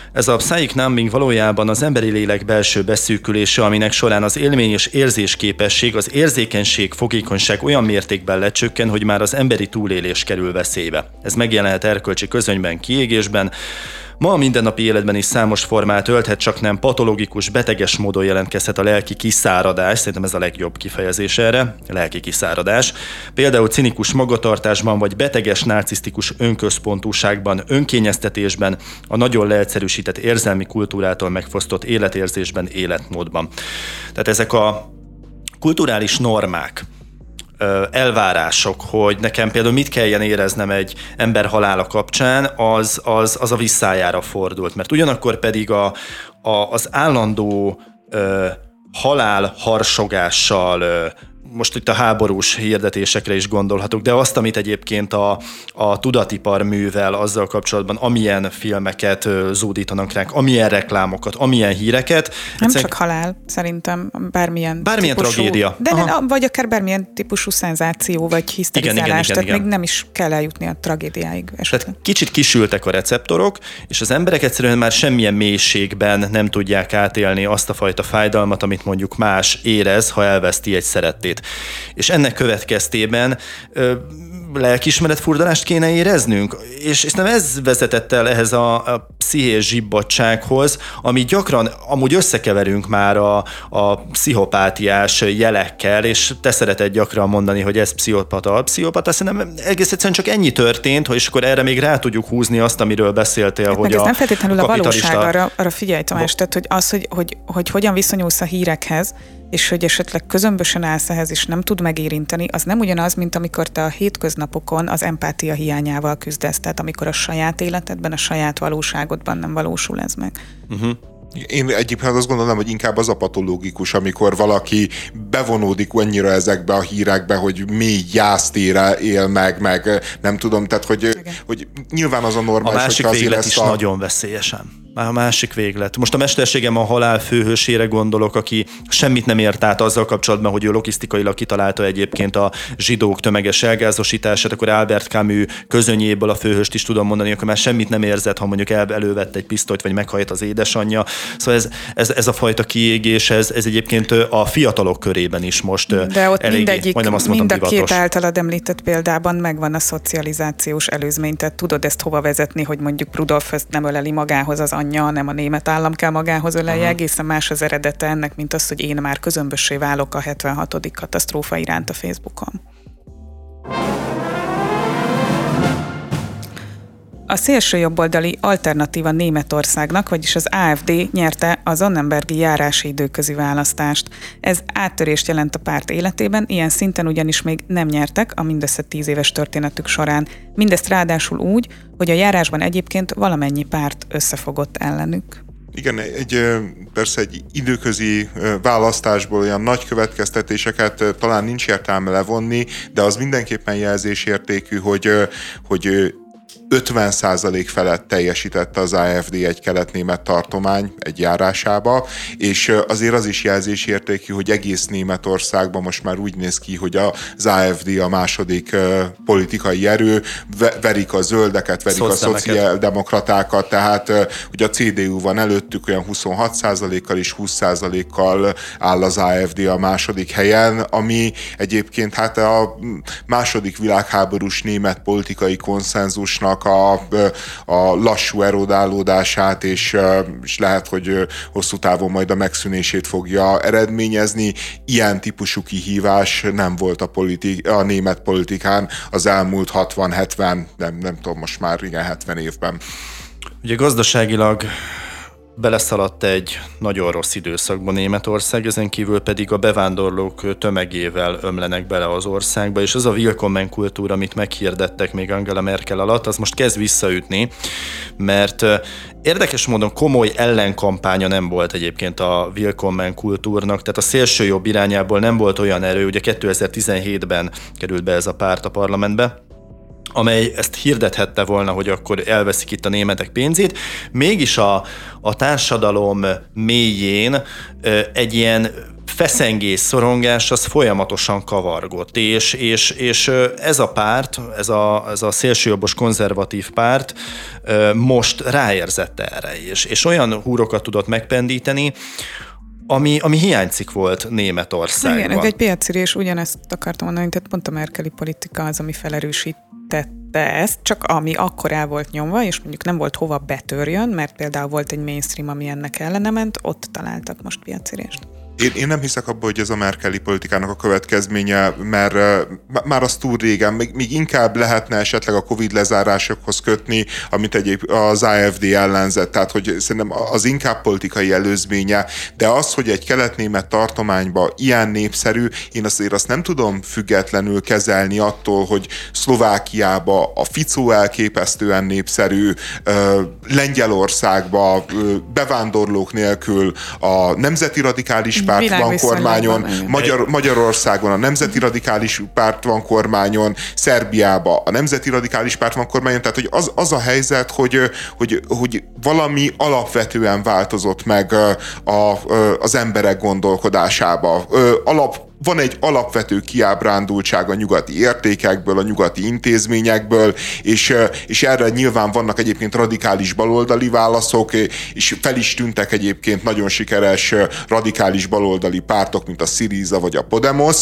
Speaker 1: Ez a psychic numbing valójában az emberi lélek belső beszűkülése, aminek során az élmény és érzésképesség, az érzékenység, fogékonyság olyan mértékben lecsökken, hogy már az emberi túlélés kerül veszélybe. Ez megjelenhet erkölcsi közönyben, kiégésben. Ma a mindennapi életben is számos formát ölthet, csak nem patológikus, beteges módon jelentkezhet a lelki kiszáradás, szerintem ez a legjobb kifejezés erre, lelki kiszáradás. Például cinikus magatartásban, vagy beteges, narcisztikus önközpontúságban, önkényeztetésben, a nagyon leegyszerűsített érzelmi kultúrától megfosztott életérzésben, életmódban. Tehát ezek a kulturális normák, elvárások, hogy nekem például mit kelljen éreznem egy ember halála kapcsán, az a visszájára fordult. Mert ugyanakkor pedig az állandó halál harsogással, most itt a háborús hirdetésekre is gondolhatok, de azt, amit egyébként a tudatipar művel azzal kapcsolatban, amilyen filmeket zúdítanak ránk, amilyen reklámokat, amilyen híreket.
Speaker 2: Nem csak halál, szerintem bármilyen
Speaker 1: típusú, tragédia.
Speaker 2: Vagy akár bármilyen típusú szenzáció, vagy hiszterizálás, tehát még nem is kell eljutni a tragédiáig.
Speaker 1: Tehát kicsit kisültek a receptorok, és az emberek egyszerűen már semmilyen mélységben nem tudják átélni azt a fajta fájdalmat, amit mondjuk más érez, ha elveszti egy szerettét. És ennek következtében lelkiismeretfurdalást kéne éreznünk, és nem ez vezetett el ehhez a pszichés zsibbadsághoz, ami gyakran amúgy összekeverünk már a pszichopátiás jelekkel, és te szereted gyakran mondani, hogy ez pszichopata, szerintem egész egyszerűen csak ennyi történt, és akkor erre még rá tudjuk húzni azt, amiről beszéltél, hogy
Speaker 2: ez nem feltétlenül a valóság, arra figyelj Tamás, tehát hogy az, hogy hogyan viszonyulsz a hírekhez, és hogy esetleg közömbösen állsz ehhez, és nem tud megérinteni, az nem ugyanaz, mint amikor te a hétköznapokon az empátia hiányával küzdesz, tehát amikor a saját életedben, a saját valóságodban nem valósul ez meg.
Speaker 3: Uh-huh. Én egyébként azt gondolom, hogy inkább az a patológikus, amikor valaki bevonódik annyira ezekbe a hírekbe, hogy mély gyászt él meg nem tudom, tehát hogy nyilván az a normális,
Speaker 1: a másik véglet is nagyon veszélyesen. A másik véglet. Most a mesterségem a halál főhősére gondolok, aki semmit nem ért át azzal kapcsolatban, hogy ő logisztikailag kitalálta egyébként a zsidók tömeges elgázosítását, akkor Albert Camus közönyéből a főhőst is tudom mondani, akkor már semmit nem érzett, ha mondjuk elővett egy pisztolyt, vagy meghajt az édesanyja. Szóval ez a fajta kiégés, ez egyébként a fiatalok körében is most
Speaker 2: de ott
Speaker 1: eléggé, majdnem azt mondom,
Speaker 2: mind a két általad említett példában megvan a szocializációs előzmény, tehát tudod ezt hova vezetni, hogy mondjuk Rudolf ezt nem öleli magához az anyja, nem a német állam kell magához ölelje, egészen más az eredete ennek, mint az, hogy én már közömbössé válok a 76. katasztrófa iránt a Facebookon. A szélsőjobboldali alternatíva Németországnak, vagyis az AfD nyerte a Sonnenbergi járási időközi választást. Ez áttörést jelent a párt életében, ilyen szinten ugyanis még nem nyertek a mindössze 10 éves történetük során. Mindezt ráadásul úgy, hogy a járásban egyébként valamennyi párt összefogott ellenük.
Speaker 3: Igen, persze egy időközi választásból olyan nagy következtetéseket talán nincs értelme levonni, de az mindenképpen jelzésértékű, hogy 50% felett teljesítette az AfD egy kelet-német tartomány egy járásába, és azért az is jelzésértékű, hogy egész Németországban most már úgy néz ki, hogy az AfD a második politikai erő, verik a zöldeket, verik a szociáldemokratákat, tehát hogy a CDU van előttük olyan 26%-kal és 20%-kal áll az AfD a második helyen, ami egyébként hát a második világháborús német politikai konszenzusnak a lassú erodálódását, és lehet, hogy hosszú távon majd a megszűnését fogja eredményezni. Ilyen típusú kihívás nem volt a német politikán az elmúlt 60-70, nem tudom, most már igen, 70 évben.
Speaker 1: Ugye gazdaságilag beleszaladt egy nagyon rossz időszakban Németország, ezen kívül pedig a bevándorlók tömegével ömlenek bele az országba, és az a Willkommen kultúra, amit meghirdettek még Angela Merkel alatt, az most kezd visszaütni, mert érdekes módon komoly ellenkampánya nem volt egyébként a Willkommen kultúrnak, tehát a szélsőjobb irányából nem volt olyan erő, ugye 2017-ben került be ez a párt a parlamentbe, amely ezt hirdethette volna, hogy akkor elveszik itt a németek pénzét, mégis a társadalom mélyén egy ilyen feszengés, szorongás az folyamatosan kavargott, és ez a párt, ez a szélsőjobbos konzervatív párt most ráérzett erre, és olyan húrokat tudott megpendíteni, ami hiányzik volt Németországban.
Speaker 2: Igen, egy piacirés, ugyanezt akartam mondani, tehát pont a merkeli politika az, ami felerősítette ezt, csak ami akkor el volt nyomva, és mondjuk nem volt hova betörjön, mert például volt egy mainstream, ami ennek ellene ment, ott találtak most piacirést.
Speaker 3: Én nem hiszek abba, hogy ez a merkeli politikának a következménye, mert már az túl régen, még inkább lehetne esetleg a Covid lezárásokhoz kötni, amit az AfD ellenzett, tehát hogy szerintem az inkább politikai előzménye, de az, hogy egy kelet-német tartományban ilyen népszerű, én azért azt nem tudom függetlenül kezelni attól, hogy Szlovákiába a Fico elképesztően népszerű, Lengyelországba bevándorlók nélkül a nemzeti radikális párt van kormányon, Magyarországon a nemzeti radikális párt van kormányon, Szerbiában a nemzeti radikális párt van kormányon, tehát hogy az a helyzet, hogy valami alapvetően változott meg az emberek gondolkodásába. Van egy alapvető kiábrándultság a nyugati értékekből, a nyugati intézményekből, és erre nyilván vannak egyébként radikális baloldali válaszok, és fel is tűntek egyébként nagyon sikeres radikális baloldali pártok, mint a Syriza vagy a Podemos,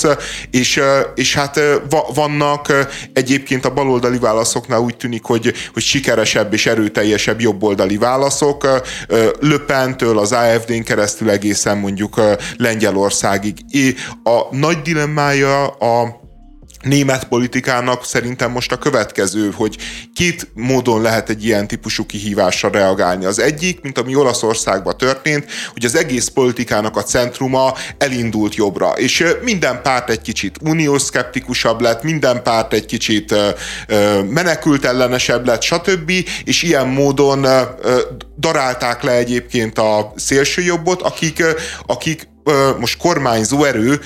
Speaker 3: és hát vannak egyébként a baloldali válaszoknál úgy tűnik, hogy sikeresebb és erőteljesebb jobboldali válaszok, Le Pentől az AfD-n keresztül egészen mondjuk Lengyelországig. A nagy dilemmája a német politikának szerintem most a következő, hogy két módon lehet egy ilyen típusú kihívásra reagálni. Az egyik, mint ami Olaszországban történt, hogy az egész politikának a centruma elindult jobbra, és minden párt egy kicsit uniószkeptikusabb lett, minden párt egy kicsit menekültellenesebb lett, stb., és ilyen módon darálták le egyébként a szélsőjobbot, akik most kormányzó erő,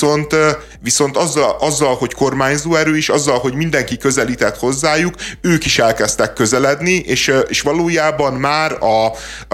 Speaker 3: viszont azzal, hogy kormányzó erő is, azzal, hogy mindenki közelített hozzájuk, ők is elkezdtek közeledni, és valójában már a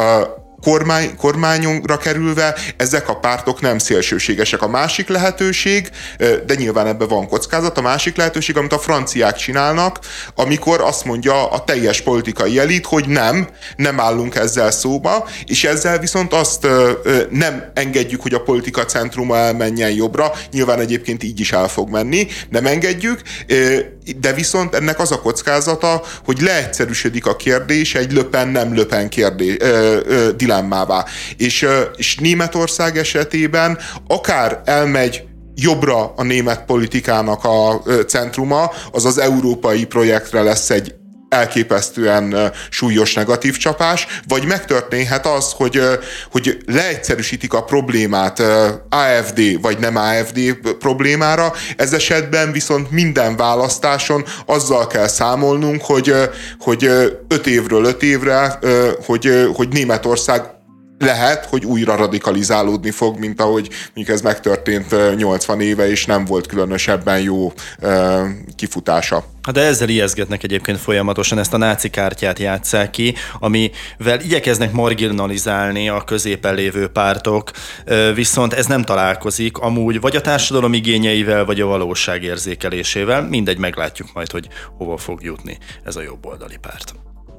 Speaker 3: kormányra kerülve ezek a pártok nem szélsőségesek. A másik lehetőség, de nyilván ebben van kockázat, a másik lehetőség, amit a franciák csinálnak, amikor azt mondja a teljes politikai elit, hogy nem állunk ezzel szóba, és ezzel viszont azt nem engedjük, hogy a politika centruma elmenjen jobbra, nyilván egyébként így is el fog menni, nem engedjük, de viszont ennek az a kockázata, hogy leegyszerűsödik a kérdés egy Le Pen, nem Le Pen dilemmává. És Németország esetében akár elmegy jobbra a német politikának a centruma, az az európai projektre lesz egy elképesztően súlyos negatív csapás, vagy megtörténhet az, hogy leegyszerűsítik a problémát AfD vagy nem AfD problémára, ez esetben viszont minden választáson azzal kell számolnunk, hogy 5 évről 5 évre, hogy Németország lehet, hogy újra radikalizálódni fog, mint ahogy mondjuk ez megtörtént 80 éve, és nem volt különösebben jó kifutása.
Speaker 1: De ezzel ijeszgetnek egyébként folyamatosan, ezt a náci kártyát játsszák ki, amivel igyekeznek marginalizálni a középen lévő pártok, viszont ez nem találkozik amúgy vagy a társadalom igényeivel, vagy a valóság érzékelésével. Mindegy, meglátjuk majd, hogy hova fog jutni ez a jobboldali párt.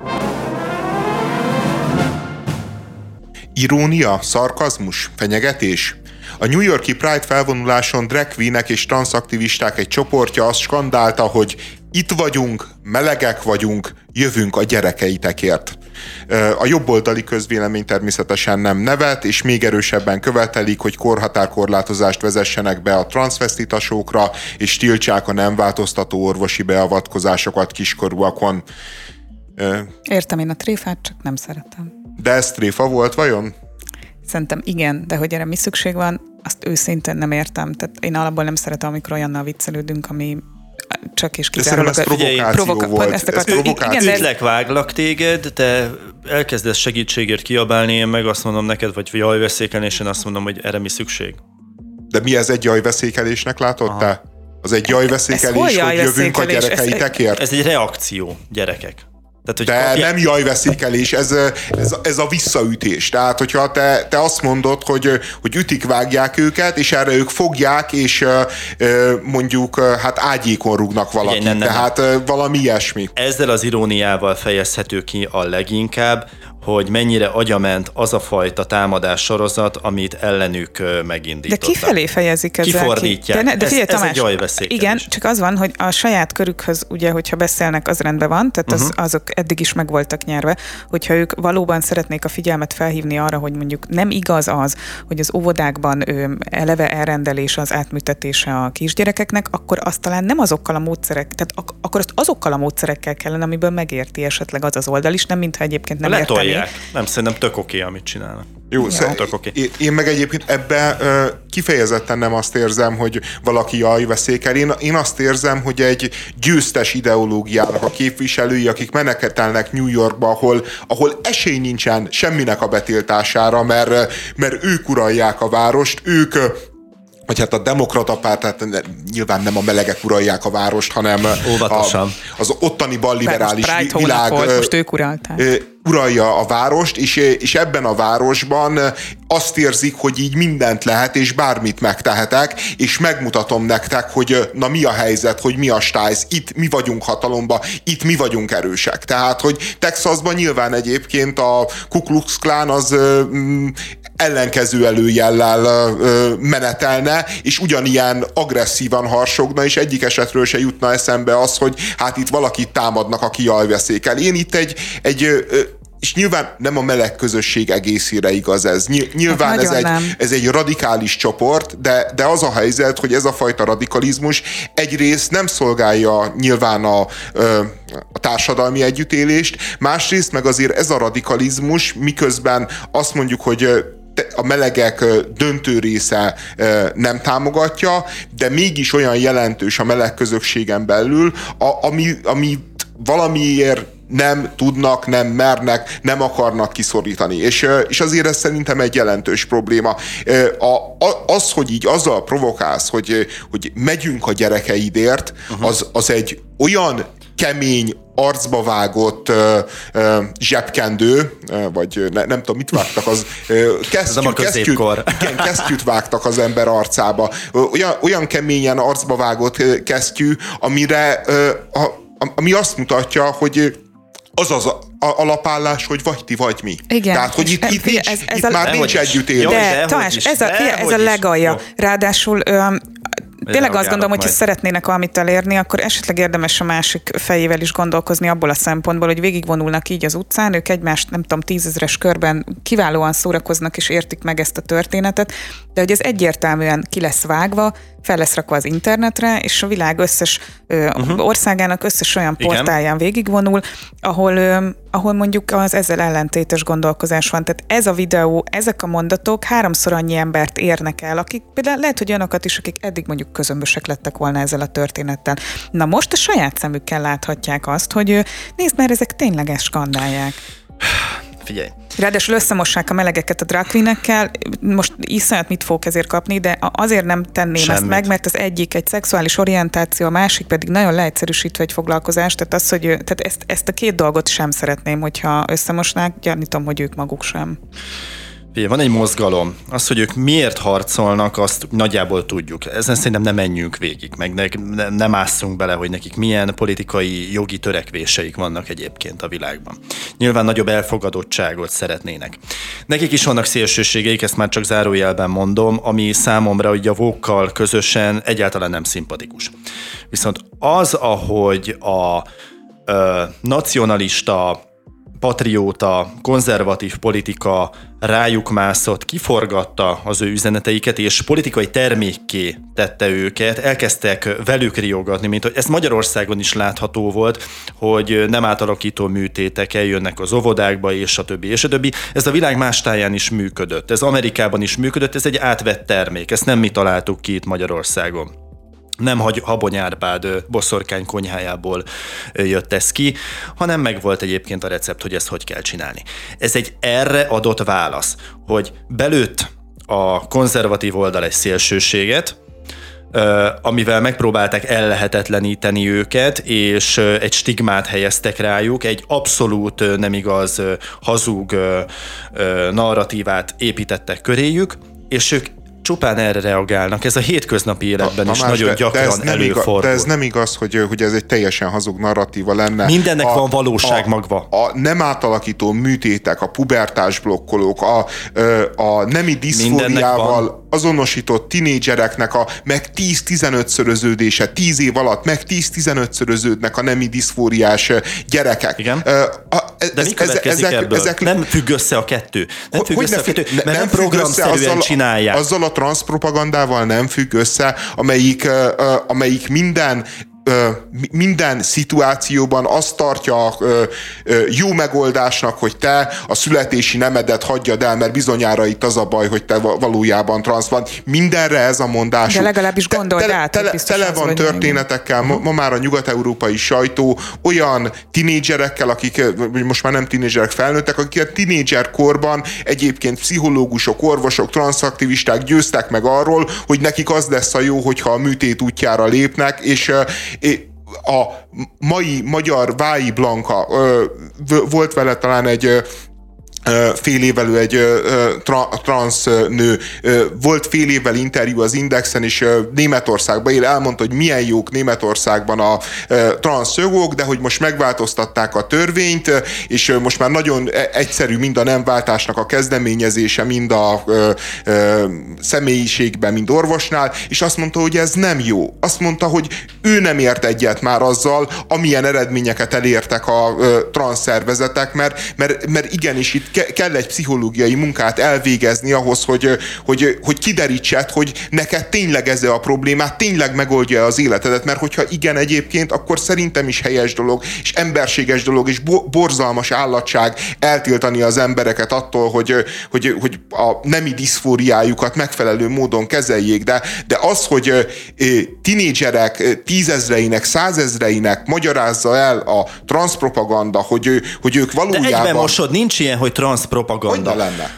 Speaker 3: Irónia, szarkazmus, fenyegetés? A New York-i Pride felvonuláson drag queenek és transzaktivisták egy csoportja azt skandálta, hogy itt vagyunk, melegek vagyunk, jövünk a gyerekeitekért. A jobboldali közvélemény természetesen nem nevet, és még erősebben követelik, hogy korhatárkorlátozást vezessenek be a transzvesztitasokra, és tiltsák a nem változtató orvosi beavatkozásokat kiskorúakon.
Speaker 2: Értem én a tréfát, csak nem szeretem.
Speaker 3: De ez tréfa volt vajon?
Speaker 2: Szerintem igen, de hogy erre mi szükség van, azt őszintén nem értem. Tehát én alapból nem szeretem, amikor olyannal viccelődünk, ami csak és kizárólag...
Speaker 3: De szerintem ez provokáció volt.
Speaker 2: Ez provokáció.
Speaker 1: Ütlek, váglak téged, te elkezdesz segítségért kiabálni, én meg azt mondom neked, vagy jajveszékelni, és én azt mondom, hogy erre mi szükség.
Speaker 3: De mi ez egy jajveszékelésnek látod te? Az egy jajveszékelés, hogy jövünk a gyerekeitekért?
Speaker 1: Ez egy reakció, gyerekek.
Speaker 3: Tehát, de nem jajveszékelés, ez a visszaütés. Tehát, hogyha te azt mondod, hogy ütik, vágják őket, és erre ők fogják, és mondjuk hát ágyékon rúgnak valakit. Igen, tehát valami ilyesmi.
Speaker 1: Ezzel az iróniával fejezhető ki a leginkább, hogy mennyire agyament az a fajta támadás sorozat, amit ellenük megindítottak.
Speaker 2: De kifelé fejezik ezzel
Speaker 1: Kifordítják.
Speaker 2: De figyelj, Tamás,
Speaker 1: ez egy jajveszékelés.
Speaker 2: Igen, csak az van, hogy a saját körükhöz, ugye, hogyha beszélnek, az rendben van, tehát azok eddig is meg voltak nyerve, hogyha ők valóban szeretnék a figyelmet felhívni arra, hogy mondjuk nem igaz az, hogy az óvodákban eleve elrendelés az átműtetése a kisgyerekeknek, akkor azt talán nem azokkal a módszerek, tehát akkor azt azokkal a módszerekkel kellene, amiből megérti esetleg az oldal is, nem mintha egyébként nem érteni.
Speaker 1: Nem, szerintem tök oké, amit csinálnak.
Speaker 3: Jó, én meg egyébként ebben kifejezetten nem azt érzem, hogy valaki jajveszékel. Én azt érzem, hogy egy győztes ideológiának a képviselői, akik meneketelnek New Yorkba, ahol esély nincsen semminek a betiltására, mert ők uralják a várost, ők, vagy hát a demokrata párt, tehát nyilván nem a melegek uralják a várost, hanem az ottani balliberális világ
Speaker 2: most ők
Speaker 3: uralja a várost, és ebben a városban azt érzik, hogy így mindent lehet, és bármit megtehetek, és megmutatom nektek, hogy na mi a helyzet, hogy mi a stájsz, itt mi vagyunk hatalomba, itt mi vagyunk erősek. Tehát, hogy Texasban nyilván egyébként a Ku Klux Klan az ellenkező előjellel menetelne, és ugyanilyen agresszívan harsogna, és egyik esetről se jutna eszembe az, hogy hát itt valakit támadnak, aki jajveszékel. Én itt és nyilván nem a meleg közösség egészére igaz ez. Nyilván ez egy radikális csoport, de az a helyzet, hogy ez a fajta radikalizmus egyrészt nem szolgálja nyilván a társadalmi együttélést, másrészt meg azért ez a radikalizmus, miközben azt mondjuk, hogy a melegek döntő része nem támogatja, de mégis olyan jelentős a meleg közösségen belül, ami valamiért nem tudnak, nem mernek, nem akarnak kiszorítani. És azért ez szerintem egy jelentős probléma. Az, hogy így azzal provokálsz, hogy megyünk a gyerekeidért, az egy olyan kemény, arcba vágott zsebkendő, vagy nem tudom, mit vágtak, az kesztyűt vágtak az ember arcába. Olyan keményen arcba vágott kesztyű, ami azt mutatja, hogy az alapállás, hogy vagy ti, vagy mi.
Speaker 2: Igen.
Speaker 3: Tehát, hogy itt már nincs együttélés.
Speaker 2: De Tamás, ez a legalja. Ráadásul tényleg azt gondolom, hogy ha szeretnének valamit elérni, akkor esetleg érdemes a másik fejével is gondolkozni abból a szempontból, hogy végigvonulnak így az utcán, ők egymást, nem tudom, 10 000-es körben kiválóan szórakoznak és értik meg ezt a történetet, de hogy ez egyértelműen ki lesz vágva, fel lesz rakva az internetre, és a világ összes országának összes olyan portáján végigvonul, ahol mondjuk az ezzel ellentétes gondolkozás van. Tehát ez a videó, ezek a mondatok 3-szor annyi embert érnek el, akik például lehet, hogy olyanokat is, akik eddig mondjuk közömbösek lettek volna ezzel a történettel. Na most a saját szemükkel láthatják azt, hogy nézd már, ezek tényleges skandálják.
Speaker 1: Figyelj.
Speaker 2: Ráadásul összemossák a melegeket a drag queenekkel, most iszonyat mit fogok ezért kapni, de azért nem tenném ezt meg, mert az egyik egy szexuális orientáció, a másik pedig nagyon leegyszerűsítve egy foglalkozás, tehát, ezt a két dolgot sem szeretném, hogyha összemosnák, gyanítom, hogy ők maguk sem.
Speaker 1: Van egy mozgalom. Az, hogy ők miért harcolnak, azt nagyjából tudjuk. Ezen szerintem nem menjünk végig, meg nem ásszunk bele, hogy nekik milyen politikai, jogi törekvéseik vannak egyébként a világban. Nyilván nagyobb elfogadottságot szeretnének. Nekik is vannak szélsőségeik, ezt már csak zárójelben mondom, ami számomra ugye a woke-kal közösen egyáltalán nem szimpatikus. Viszont az, ahogy a nacionalista, patrióta, konzervatív politika rájuk mászott, kiforgatta az ő üzeneteiket, és politikai termékké tette őket, elkezdtek velük riogatni, mint hogy ez Magyarországon is látható volt, hogy nem átalakító műtétek eljönnek az óvodákba, és a többi, és a többi. Ez a világ más táján is működött, ez Amerikában is működött, ez egy átvett termék, ezt nem mi találtuk ki itt Magyarországon. Nem Habony Árpád boszorkány konyhájából jött ez ki, hanem megvolt egyébként a recept, hogy ezt hogy kell csinálni. Ez egy erre adott válasz, hogy belőtt a konzervatív oldal egy szélsőséget, amivel megpróbálták ellehetetleníteni őket, és egy stigmát helyeztek rájuk, egy abszolút nem igaz, hazug narratívát építettek köréjük, és ők csupán erre reagálnak. Ez a hétköznapi életben is nagyon gyakran előfordul.
Speaker 3: De ez nem igaz, hogy ez egy teljesen hazug narratíva lenne.
Speaker 1: Mindennek van valóság magva.
Speaker 3: A nem átalakító műtétek, a pubertás blokkolók, a nemi diszfóriával azonosított tinédzsereknek a meg 10-15-szöröződése, 10 év alatt meg 10-15-szöröződnek a nemi diszfóriás gyerekek.
Speaker 1: Igen. De mi következik ebből? Nem függ össze a kettő. Nem függ össze a kettő, mert nem programszerűen csinálják.
Speaker 3: Azzal a transzpropagandával nem függ össze, amelyik minden szituációban azt tartja jó megoldásnak, hogy te a születési nemedet hagyjad el, mert bizonyára itt az a baj, hogy te valójában transz van. Mindenre ez a mondás.
Speaker 2: De legalábbis gondold át.
Speaker 3: Tele van történetekkel, ma már a nyugat-európai sajtó olyan tinédzserekkel, akik most már nem tinédzserek, felnőttek, akik a tinédzser korban egyébként pszichológusok, orvosok, transzaktivisták győztek meg arról, hogy nekik az lesz a jó, hogyha a műtét útjára lépnek, és a mai magyar Vályi Blanka, volt vele talán egy fél évvel egy transz nő, volt fél évvel interjú az Indexen, és Németországban él, elmondta, hogy milyen jók Németországban a transz jogok, de hogy most megváltoztatták a törvényt, és most már nagyon egyszerű mind a nemváltásnak a kezdeményezése, mind a személyiségben, mind orvosnál, és azt mondta, hogy ez nem jó. Azt mondta, hogy ő nem ért egyet már azzal, amilyen eredményeket elértek a transz szervezetek, mert igenis itt kell egy pszichológiai munkát elvégezni ahhoz, hogy kiderítsed, hogy neked tényleg ez a problémát, tényleg megoldja az életedet, mert hogyha igen egyébként, akkor szerintem is helyes dolog, és emberséges dolog, és borzalmas állatság eltiltani az embereket attól, hogy a nemi diszfóriájukat megfelelő módon kezeljék, de az, hogy tinédzserek 10.000-einek, 100.000-einek magyarázza el a transzpropaganda, hogy ők valójában...
Speaker 1: De egyben mosod, nincs ilyen, hogy transzpropaganda.
Speaker 3: Hogyne lenne?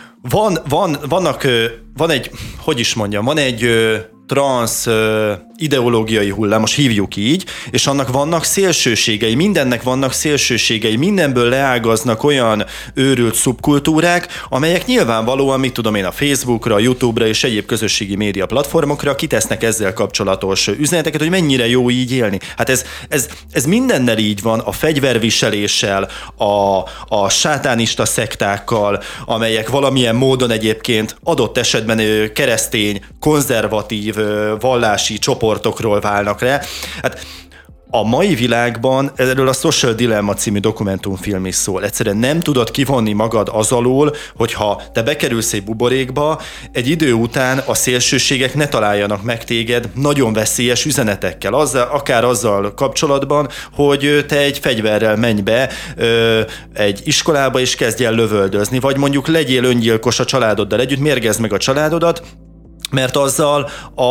Speaker 1: Van egy, hogy is mondjam, van egy transz ideológiai hullám, most hívjuk így, és annak vannak szélsőségei, mindennek vannak szélsőségei, mindenből leágaznak olyan őrült szubkultúrák, amelyek nyilvánvalóan, mit tudom én, a Facebookra, a YouTube-ra és egyéb közösségi média platformokra kitesznek ezzel kapcsolatos üzeneteket, hogy mennyire jó így élni. Hát ez mindennel így van, a fegyverviseléssel, a sátánista szektákkal, amelyek valamilyen módon egyébként adott esetben keresztény, konzervatív, vallási csoportokról válnak le. Hát a mai világban erről a Social Dilemma című dokumentumfilm is szól. Egyszerűen nem tudod kivonni magad az alól, hogyha te bekerülsz egy buborékba, egy idő után a szélsőségek ne találjanak meg téged nagyon veszélyes üzenetekkel, akár azzal kapcsolatban, hogy te egy fegyverrel menj be egy iskolába és kezdj el lövöldözni, vagy mondjuk legyél öngyilkos a családoddal együtt, mérgezd meg a családodat, mert azzal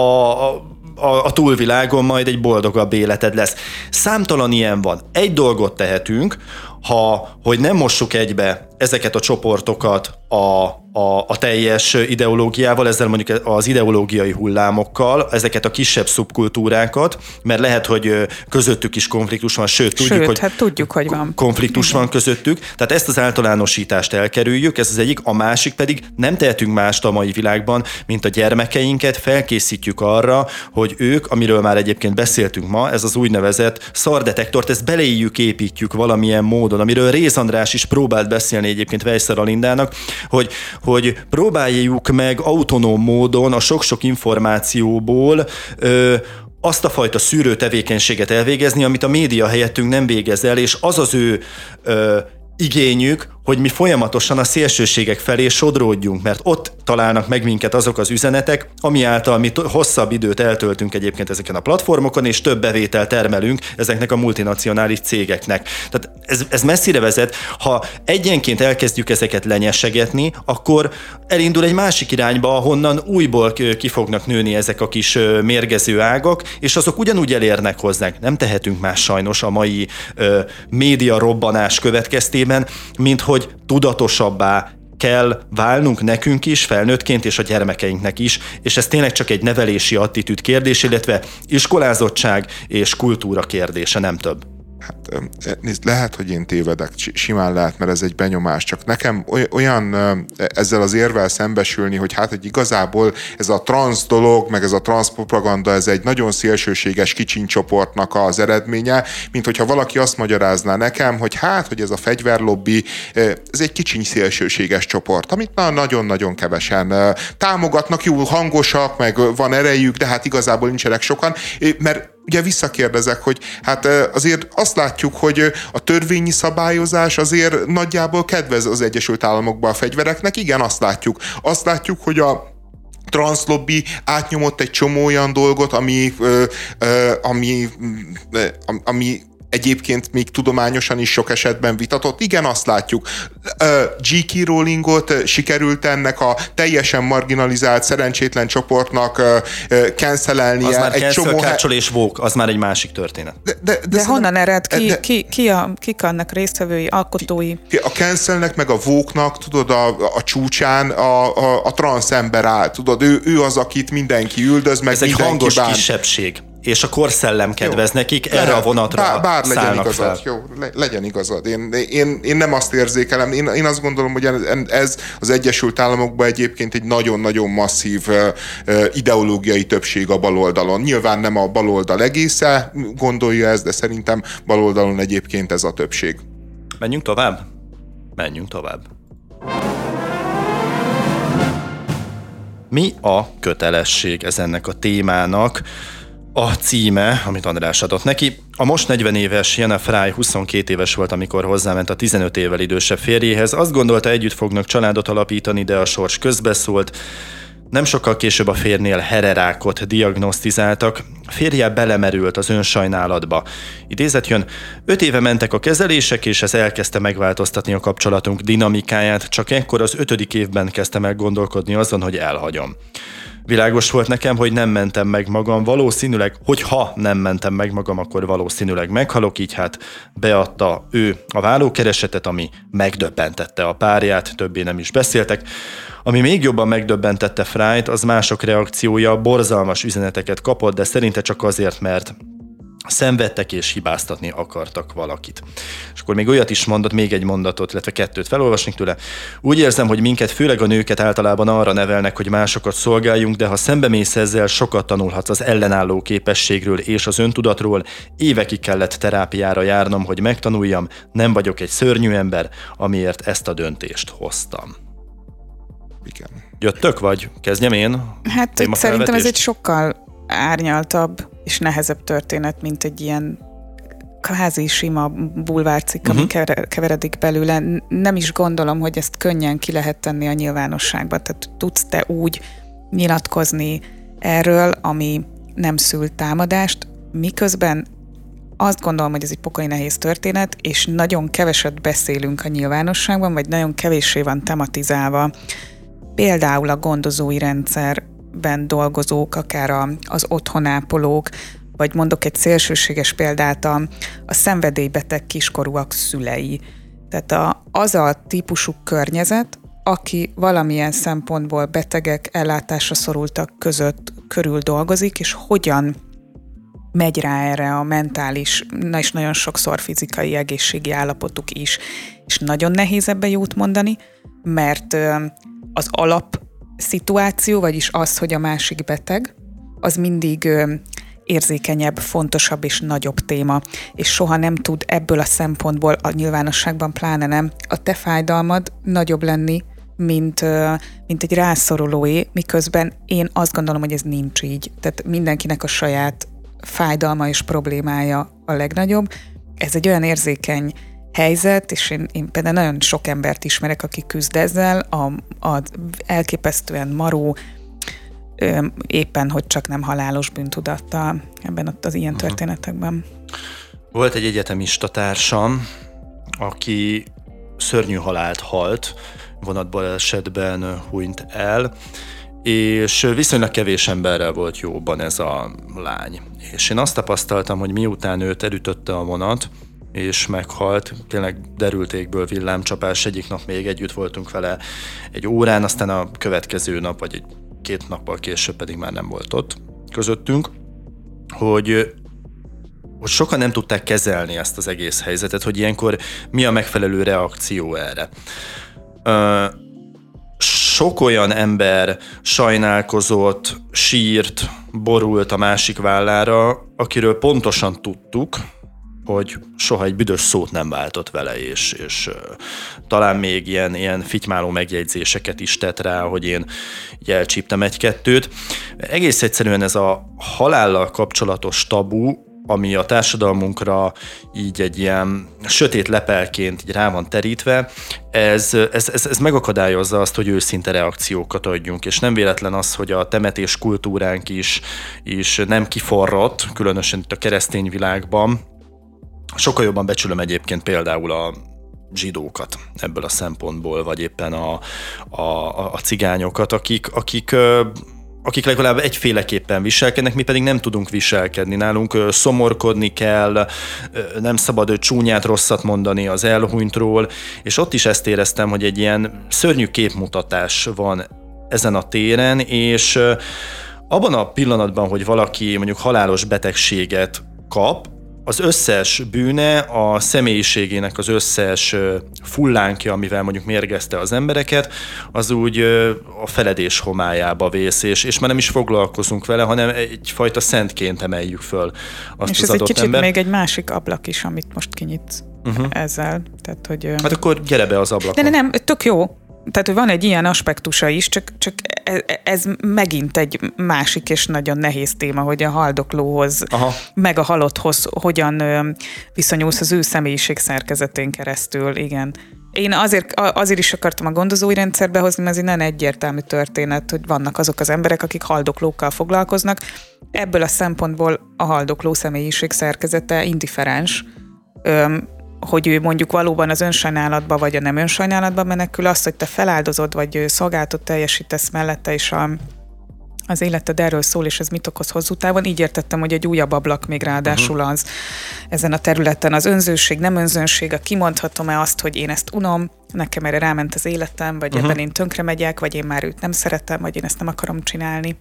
Speaker 1: a túlvilágon majd egy boldogabb életed lesz. Számtalan ilyen van. Egy dolgot tehetünk, hogy nem mossuk egybe ezeket a csoportokat a teljes ideológiával, ezzel mondjuk az ideológiai hullámokkal, ezeket a kisebb szubkultúrákat, mert lehet, hogy közöttük is konfliktus van,
Speaker 2: tudjuk, hogy van.
Speaker 1: Konfliktus van közöttük, tehát ezt az általánosítást elkerüljük, ez az egyik, a másik pedig nem tehetünk mást a mai világban, mint a gyermekeinket felkészítjük arra, hogy ők, amiről már egyébként beszéltünk ma, ez az úgynevezett szardetektort, ezt beléjük építjük valamilyen módon, amiről Réz András is próbált beszélni egyébként Weisszer Alindának, hogy próbáljuk meg autonóm módon a sok-sok információból azt a fajta szűrő tevékenységet elvégezni, amit a média helyettünk nem végez el, és az az ő igényük, hogy mi folyamatosan a szélsőségek felé sodródjunk, mert ott találnak meg minket azok az üzenetek, ami által mi hosszabb időt eltöltünk egyébként ezeken a platformokon, és több bevételt termelünk ezeknek a multinacionális cégeknek. Tehát ez messzire vezet. Ha egyenként elkezdjük ezeket lenyesegetni, akkor elindul egy másik irányba, ahonnan újból ki fognak nőni ezek a kis mérgező ágak, és azok ugyanúgy elérnek hozzánk. Nem tehetünk más sajnos a mai média robbanás következtében, mint hogy tudatosabbá kell válnunk nekünk is, felnőttként és a gyermekeinknek is, és ez tényleg csak egy nevelési attitűd kérdés, illetve iskolázottság és kultúra kérdése, nem több.
Speaker 3: Hát nézd, lehet, hogy én tévedek, simán lehet, mert ez egy benyomás, csak nekem olyan ezzel az érvel szembesülni, hogy hát, hogy igazából ez a transz dolog, meg ez a transz propaganda, ez egy nagyon szélsőséges kicsincsoportnak az eredménye, mint hogyha valaki azt magyarázná nekem, hogy hát, hogy ez a fegyverlobbi, ez egy kicsiny szélsőséges csoport, amit nagyon-nagyon kevesen támogatnak, jól hangosak, meg van erejük, de hát igazából nincsenek sokan, mert ugye visszakérdezek, hogy hát azért azt látjuk, hogy a törvényi szabályozás azért nagyjából kedvez az Egyesült Államokban a fegyvereknek. Igen, azt látjuk. Azt látjuk, hogy a transzlobbi átnyomott egy csomó olyan dolgot, ami egyébként még tudományosan is sok esetben vitatott. Igen, azt látjuk. J.K. Rowlingot sikerült ennek a teljesen marginalizált, szerencsétlen csoportnak cancelelnie.
Speaker 1: Az már cancel és woke, az már egy másik történet.
Speaker 2: De honnan ered? Kik annak résztvevői, alkotói?
Speaker 3: A cancelnek meg a woke-nak, tudod, a csúcsán a transz ember áll. Tudod, ő az, akit mindenki üldöz, meg
Speaker 1: ez
Speaker 3: mindenki
Speaker 1: egy hangos kisebbség. És a korszellem kedvez nekik, erre a vonatra
Speaker 3: bár legyen
Speaker 1: szállnak
Speaker 3: igazad,
Speaker 1: fel.
Speaker 3: jó, legyen igazad. Én nem azt érzékelem, én azt gondolom, hogy ez az Egyesült Államokban egyébként egy nagyon-nagyon masszív ideológiai többség a baloldalon. Nyilván nem a baloldal egésze gondolja ezt, de szerintem baloldalon egyébként ez a többség.
Speaker 1: Menjünk tovább? Menjünk tovább. Mi a kötelesség ez ennek a témának? A címe, amit András adott neki. A most 40 éves Jana Fry 22 éves volt, amikor hozzáment a 15 évvel idősebb férjéhez. Azt gondolta, együtt fognak családot alapítani, de a sors közbeszólt. Nem sokkal később a férjnél hererákot diagnosztizáltak. Férje belemerült az önsajnálatba. Idézet jön, 5 éve mentek a kezelések, és ez elkezdte megváltoztatni a kapcsolatunk dinamikáját, csak ekkor az 5. évben kezdtem el gondolkodni azon, hogy elhagyom. Világos volt nekem, hogy nem mentem meg magam, valószínűleg, hogyha nem mentem meg magam, akkor valószínűleg meghalok, így hát beadta ő a vállókeresetet, ami megdöbbentette a párját, többé nem is beszéltek. Ami még jobban megdöbbentette Fryt, az mások reakciója, borzalmas üzeneteket kapott, de szerinte csak azért, mert szenvedtek és hibáztatni akartak valakit. És akkor még olyat is mondott, még egy mondatot, illetve 2 felolvasnék tőle. Úgy érzem, hogy minket, főleg a nőket általában arra nevelnek, hogy másokat szolgáljunk, de ha szembemész ezzel, sokat tanulhatsz az ellenálló képességről és az öntudatról. Évekig kellett terápiára járnom, hogy megtanuljam, nem vagyok egy szörnyű ember, amiért ezt a döntést hoztam.
Speaker 3: Igen.
Speaker 1: Jöttök, vagy kezdjem én?
Speaker 2: Hát szerintem ez egy sokkal árnyaltabb és nehezebb történet, mint egy ilyen kvázi sima bulvárcikk, ami keveredik belőle. Nem is gondolom, hogy ezt könnyen ki lehet tenni a nyilvánosságba. Tehát tudsz te úgy nyilatkozni erről, ami nem szül támadást, miközben azt gondolom, hogy ez egy pokoli nehéz történet, és nagyon keveset beszélünk a nyilvánosságban, vagy nagyon kevéssé van tematizálva. Például a gondozói rendszerben dolgozók, akár az otthonápolók, vagy mondok egy szélsőséges példát, a szenvedélybeteg kiskorúak szülei. Tehát az a típusú környezet, aki valamilyen szempontból betegek, ellátásra szorultak között körül dolgozik, és hogyan megy rá erre a mentális, és nagyon sokszor fizikai egészségi állapotuk is. És nagyon nehéz ebbe jót mondani, mert az alapszituáció, vagyis az, hogy a másik beteg, az mindig érzékenyebb, fontosabb és nagyobb téma, és soha nem tud ebből a szempontból, a nyilvánosságban pláne nem, a te fájdalmad nagyobb lenni, mint egy rászorulóé, miközben én azt gondolom, hogy ez nincs így. Tehát mindenkinek a saját fájdalma és problémája a legnagyobb. Ez egy olyan érzékeny helyzet, és én például nagyon sok embert ismerek, aki küzd ezzel, a elképesztően maró, éppen, hogy csak nem halálos bűntudattal ebben az ilyen történetekben.
Speaker 1: Volt egy egyetemista társam, aki szörnyű halált halt, vonatbalesetben hunyt el, és viszonylag kevés emberrel volt jóban ez a lány. És én azt tapasztaltam, hogy miután őt elütötte a vonat, és meghalt. Tényleg derültékből villámcsapás, egyik nap még együtt voltunk vele egy órán, aztán a következő nap, vagy 2 nappal később pedig már nem volt ott közöttünk, hogy sokan nem tudták kezelni ezt az egész helyzetet, hogy ilyenkor mi a megfelelő reakció erre. Sok olyan ember sajnálkozott, sírt, borult a másik vállára, akiről pontosan tudtuk, hogy soha egy büdös szót nem váltott vele, és talán még ilyen fitymáló megjegyzéseket is tett rá, hogy én elcsíptem 1-2. Egész egyszerűen ez a halállal kapcsolatos tabu, ami a társadalmunkra így egy ilyen sötét lepelként így rá van terítve, ez megakadályozza azt, hogy őszinte reakciókat adjunk, és nem véletlen az, hogy a temetés kultúránk is nem kiforrott, különösen itt a keresztény világban. Sokkal jobban becsülöm egyébként például a zsidókat ebből a szempontból, vagy éppen a cigányokat, akik legalább egyféleképpen viselkednek, mi pedig nem tudunk viselkedni. Nálunk szomorkodni kell, nem szabad csúnyát, rosszat mondani az elhunytról, és ott is ezt éreztem, hogy egy ilyen szörnyű képmutatás van ezen a téren, és abban a pillanatban, hogy valaki mondjuk halálos betegséget kap, az összes bűne, a személyiségének az összes fullánkja, amivel mondjuk mérgezte az embereket, az úgy a feledés homályába vész, és már nem is foglalkozunk vele, hanem egyfajta szentként emeljük föl azt
Speaker 2: és
Speaker 1: az adott ember. És ez
Speaker 2: egy kicsit még egy másik ablak is, amit most kinyitsz ezzel. Tehát, hogy,
Speaker 1: hát akkor gyere be az ablakon.
Speaker 2: Nem, tök jó. Tehát, hogy van egy ilyen aspektusa is, csak ez megint egy másik és nagyon nehéz téma, hogy a haldoklóhoz, meg a halotthoz hogyan viszonyulsz az ő személyiség szerkezetén keresztül, igen. Én azért is akartam a gondozói rendszerbe hozni, mert ez egy nagyon egyértelmű történet, hogy vannak azok az emberek, akik haldoklókkal foglalkoznak. Ebből a szempontból a haldokló személyiség szerkezete indifferens, hogy ő mondjuk valóban az önsajnálatba vagy a nem önsajnálatba menekül, azt, hogy te feláldozod, vagy szolgálatot teljesítesz mellette, és az életed erről szól, és ez mit okoz hosszú távon. Így értettem, hogy egy újabb ablak még ráadásul az ezen a területen. Az önzőség, nem önzőség, kimondhatom-e azt, hogy én ezt unom, nekem erre ráment az életem, vagy ebben én tönkre megyek, vagy én már őt nem szeretem, vagy én ezt nem akarom csinálni.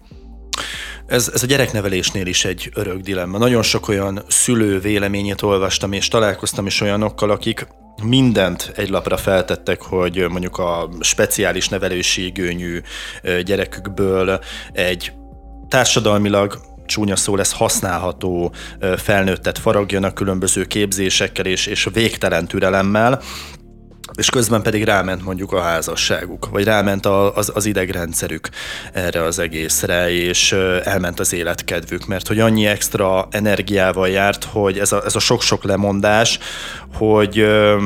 Speaker 1: Ez a gyereknevelésnél is egy örök dilemma. Nagyon sok olyan szülő véleményét olvastam, és találkoztam is olyanokkal, akik mindent egy lapra feltettek, hogy mondjuk a speciális nevelési igényű gyerekükből egy társadalmilag, csúnya szó lesz, használható felnőttet faragjanak különböző képzésekkel és végtelen türelemmel, és közben pedig ráment mondjuk a házasságuk, vagy ráment az idegrendszerük erre az egészre, és elment az életkedvük, mert hogy annyi extra energiával járt, hogy ez a sok-sok lemondás, hogy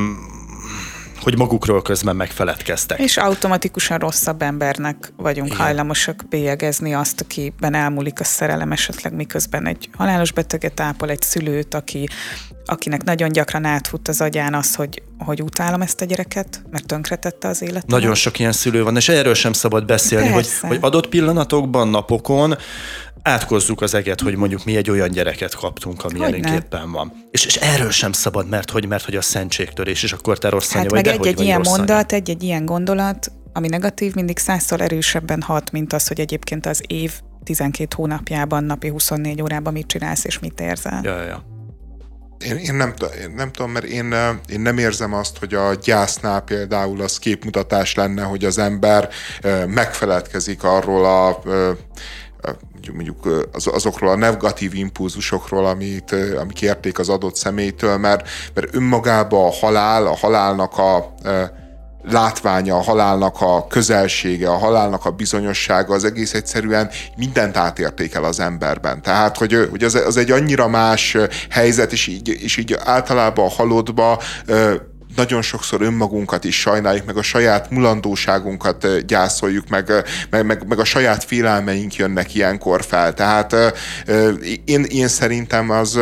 Speaker 1: magukról közben megfeledkeztek.
Speaker 2: És automatikusan rosszabb embernek vagyunk hajlamosak bélyegezni azt, akiben elmúlik a szerelem, esetleg miközben egy halálos beteget ápol, egy szülőt, akinek nagyon gyakran átfut az agyán az, hogy utálom ezt a gyereket, mert tönkretette az életet.
Speaker 1: Nagyon sok ilyen szülő van, és erről sem szabad beszélni, hogy adott pillanatokban, napokon átkozzuk az eget, hogy mondjuk mi egy olyan gyereket kaptunk, amilyenünk éppen van. És erről sem szabad, mert hogy a szentségtörés, és akkor te rossz anya vagy, de
Speaker 2: egy ilyen mondat, egy ilyen gondolat, ami negatív, mindig 100-szor erősebben hat, mint az, hogy egyébként az év 12 hónapjában, napi 24 órában mit csinálsz és mit érzel.
Speaker 1: Ja.
Speaker 3: Én nem tudom, mert én nem érzem azt, hogy a gyásznál például az képmutatás lenne, hogy az ember megfeledkezik arról mondjuk azokról a negatív impulzusokról, amik érték az adott személytől, mert önmagában a halálnak a látványa, a halálnak a közelsége, a halálnak a bizonyossága, az egész egyszerűen mindent átértékel az emberben. Tehát, hogy az egy annyira más helyzet, és így általában a halottba nagyon sokszor önmagunkat is sajnáljuk, meg a saját mulandóságunkat gyászoljuk, meg a saját félelmeink jönnek ilyenkor fel. Tehát én szerintem az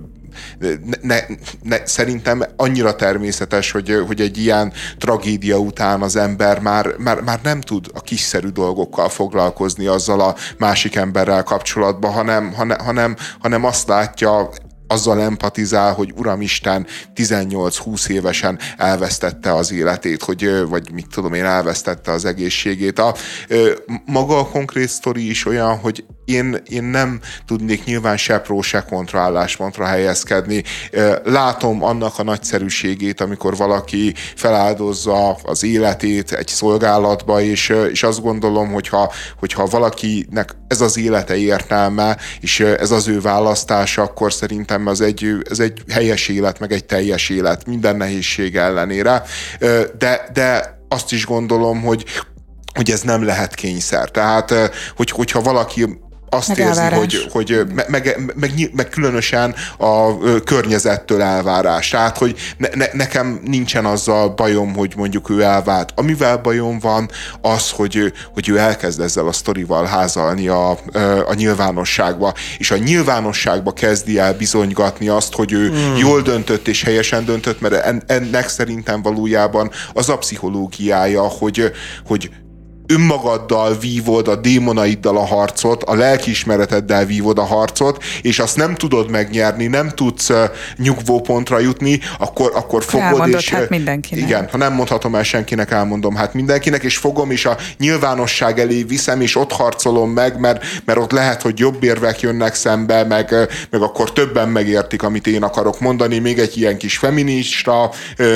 Speaker 3: szerintem annyira természetes, hogy egy ilyen tragédia után az ember már nem tud a kiszerű dolgokkal foglalkozni azzal a másik emberrel kapcsolatban, hanem azt látja azzal empatizál, hogy uramisten 18-20 évesen elvesztette az életét, vagy mit tudom én, elvesztette az egészségét. Maga a konkrét sztori is olyan, hogy én nem tudnék nyilván se pró, se kontra álláspontra helyezkedni. Látom annak a nagyszerűségét, amikor valaki feláldozza az életét egy szolgálatba, és azt gondolom, hogyha valakinek ez az élete értelme, és ez az ő választása, akkor szerintem ez egy helyes élet, meg egy teljes élet, minden nehézség ellenére. De azt is gondolom, hogy ez nem lehet kényszer. Tehát, hogyha valaki azt érzi, hogy meg különösen a környezettől elvárás. Tehát, hogy nekem nincsen azzal bajom, hogy mondjuk ő elvált. Amivel bajom van, az, hogy ő elkezd ezzel a sztorival házalni a nyilvánosságba, és a nyilvánosságba kezdi el bizonygatni azt, hogy ő jól döntött és helyesen döntött, mert ennek szerintem valójában az a pszichológiája, hogy önmagaddal vívod a démonaiddal a harcot, a lelkiismereteddel vívod a harcot, és azt nem tudod megnyerni, nem tudsz nyugvópontra jutni, akkor fogod,
Speaker 2: elmondod,
Speaker 3: és
Speaker 2: hát mindenkinek.
Speaker 3: Igen, ha nem mondhatom el senkinek, elmondom hát mindenkinek, és fogom, és a nyilvánosság elé viszem, és ott harcolom meg, mert ott lehet, hogy jobb érvek jönnek szembe, meg akkor többen megértik, amit én akarok mondani. Még egy ilyen kis feminista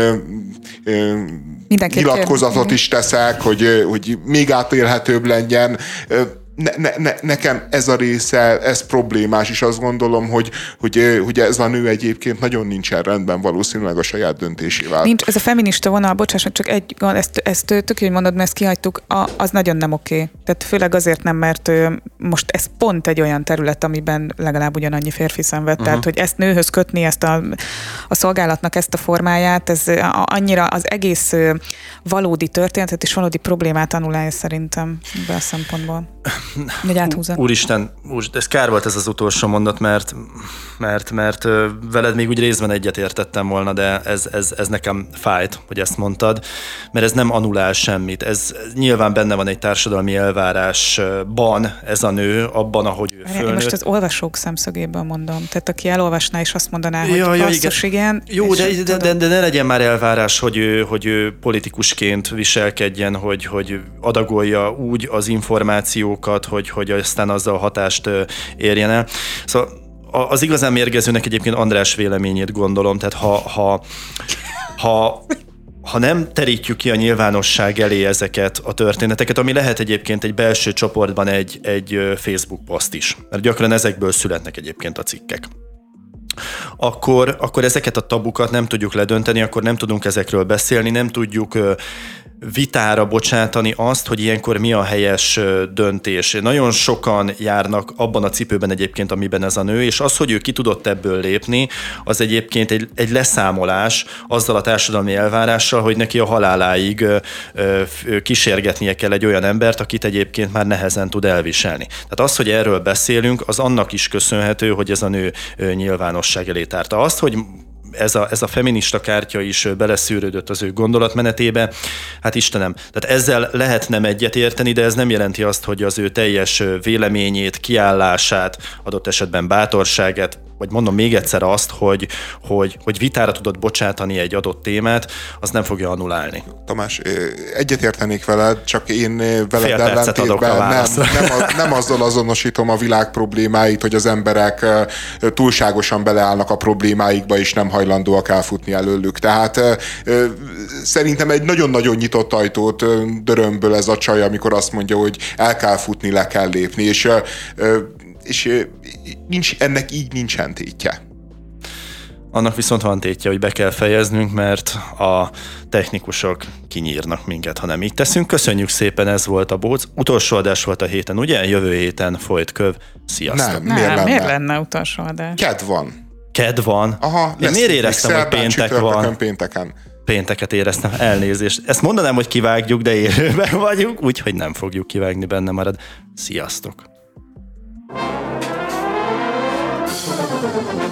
Speaker 3: nyilatkozatot is teszek, hogy még átélhetőbb legyen. Nekem ez a része, ez problémás, és azt gondolom, hogy ez a nő egyébként nagyon nincsen rendben valószínűleg a saját döntésével.
Speaker 2: Nincs, ez a feminista vonal, bocsásson, csak ezt tök jó, hogy mondod, mert ezt kihagytuk, az nagyon nem oké. Tehát főleg azért nem, mert most ez pont egy olyan terület, amiben legalább ugyanannyi férfi szenved, tehát hogy ezt nőhöz kötni, ezt a szolgálatnak ezt a formáját, ez annyira az egész valódi történetet és valódi problémát annulálja szerintem ebben a szempontból.
Speaker 1: Úristen, ez kár volt ez az utolsó mondat, mert veled még úgy részben egyetértettem volna, de ez nekem fájt, hogy ezt mondtad, mert ez nem annulál semmit. Ez nyilván benne van egy társadalmi elvárásban ez a nő, abban, ahogy ő fölnőtt.
Speaker 2: Én most az olvasók szemszögéből mondom. Tehát aki elolvasná és azt mondaná, hogy basszus, igen.
Speaker 1: Jó, de ne legyen már elvárás, hogy ő politikusként viselkedjen, hogy adagolja úgy az információkat, hogy aztán azzal hatást érjen el. Szóval az igazán mérgezőnek egyébként András véleményét gondolom, tehát ha nem terítjük ki a nyilvánosság elé ezeket a történeteket, ami lehet egyébként egy belső csoportban egy Facebook poszt is, mert gyakran ezekből születnek egyébként a cikkek. Akkor ezeket a tabukat nem tudjuk ledönteni, akkor nem tudunk ezekről beszélni, nem tudjuk vitára bocsátani azt, hogy ilyenkor mi a helyes döntés. Nagyon sokan járnak abban a cipőben egyébként, amiben ez a nő, és az, hogy ő ki tudott ebből lépni, az egyébként egy leszámolás azzal a társadalmi elvárással, hogy neki a haláláig kísérgetnie kell egy olyan embert, akit egyébként már nehezen tud elviselni. Tehát az, hogy erről beszélünk, az annak is köszönhető, hogy ez a nő nyilvánosság elé tárta. Azt, hogy ez a feminista kártya is beleszűrődött az ő gondolatmenetébe. Hát Istenem, tehát ezzel lehet nem egyetérteni, de ez nem jelenti azt, hogy az ő teljes véleményét, kiállását, adott esetben bátorságát, vagy mondom még egyszer azt, hogy vitára tudod bocsátani egy adott témát, az nem fogja annulálni.
Speaker 3: Tamás, egyetértenék veled, csak én veled ellentétben nem azzal azonosítom a világ problémáit, hogy az emberek túlságosan beleállnak a problémáikba, és nem hajlandóak elfutni előlük. Tehát szerintem egy nagyon-nagyon nyitott ajtót dörömböl ez a csaj, amikor azt mondja, hogy el kell futni, le kell lépni, és ennek így nincsen tétje.
Speaker 1: Annak viszont van tétje, hogy be kell fejeznünk, mert a technikusok kinyírnak minket, ha nem így teszünk. Köszönjük szépen, ez volt a Bóc. Utolsó adás volt a héten, ugye? Jövő héten folyt köv. Sziasztok!
Speaker 2: Miért lenne utolsó adás?
Speaker 3: Kedd van.
Speaker 1: Aha, én miért éreztem, hogy péntek van? Pénteket éreztem, elnézést. Ezt mondanám, hogy kivágjuk, de élőben vagyunk, úgyhogy nem fogjuk kivágni, benne marad. Sziasztok!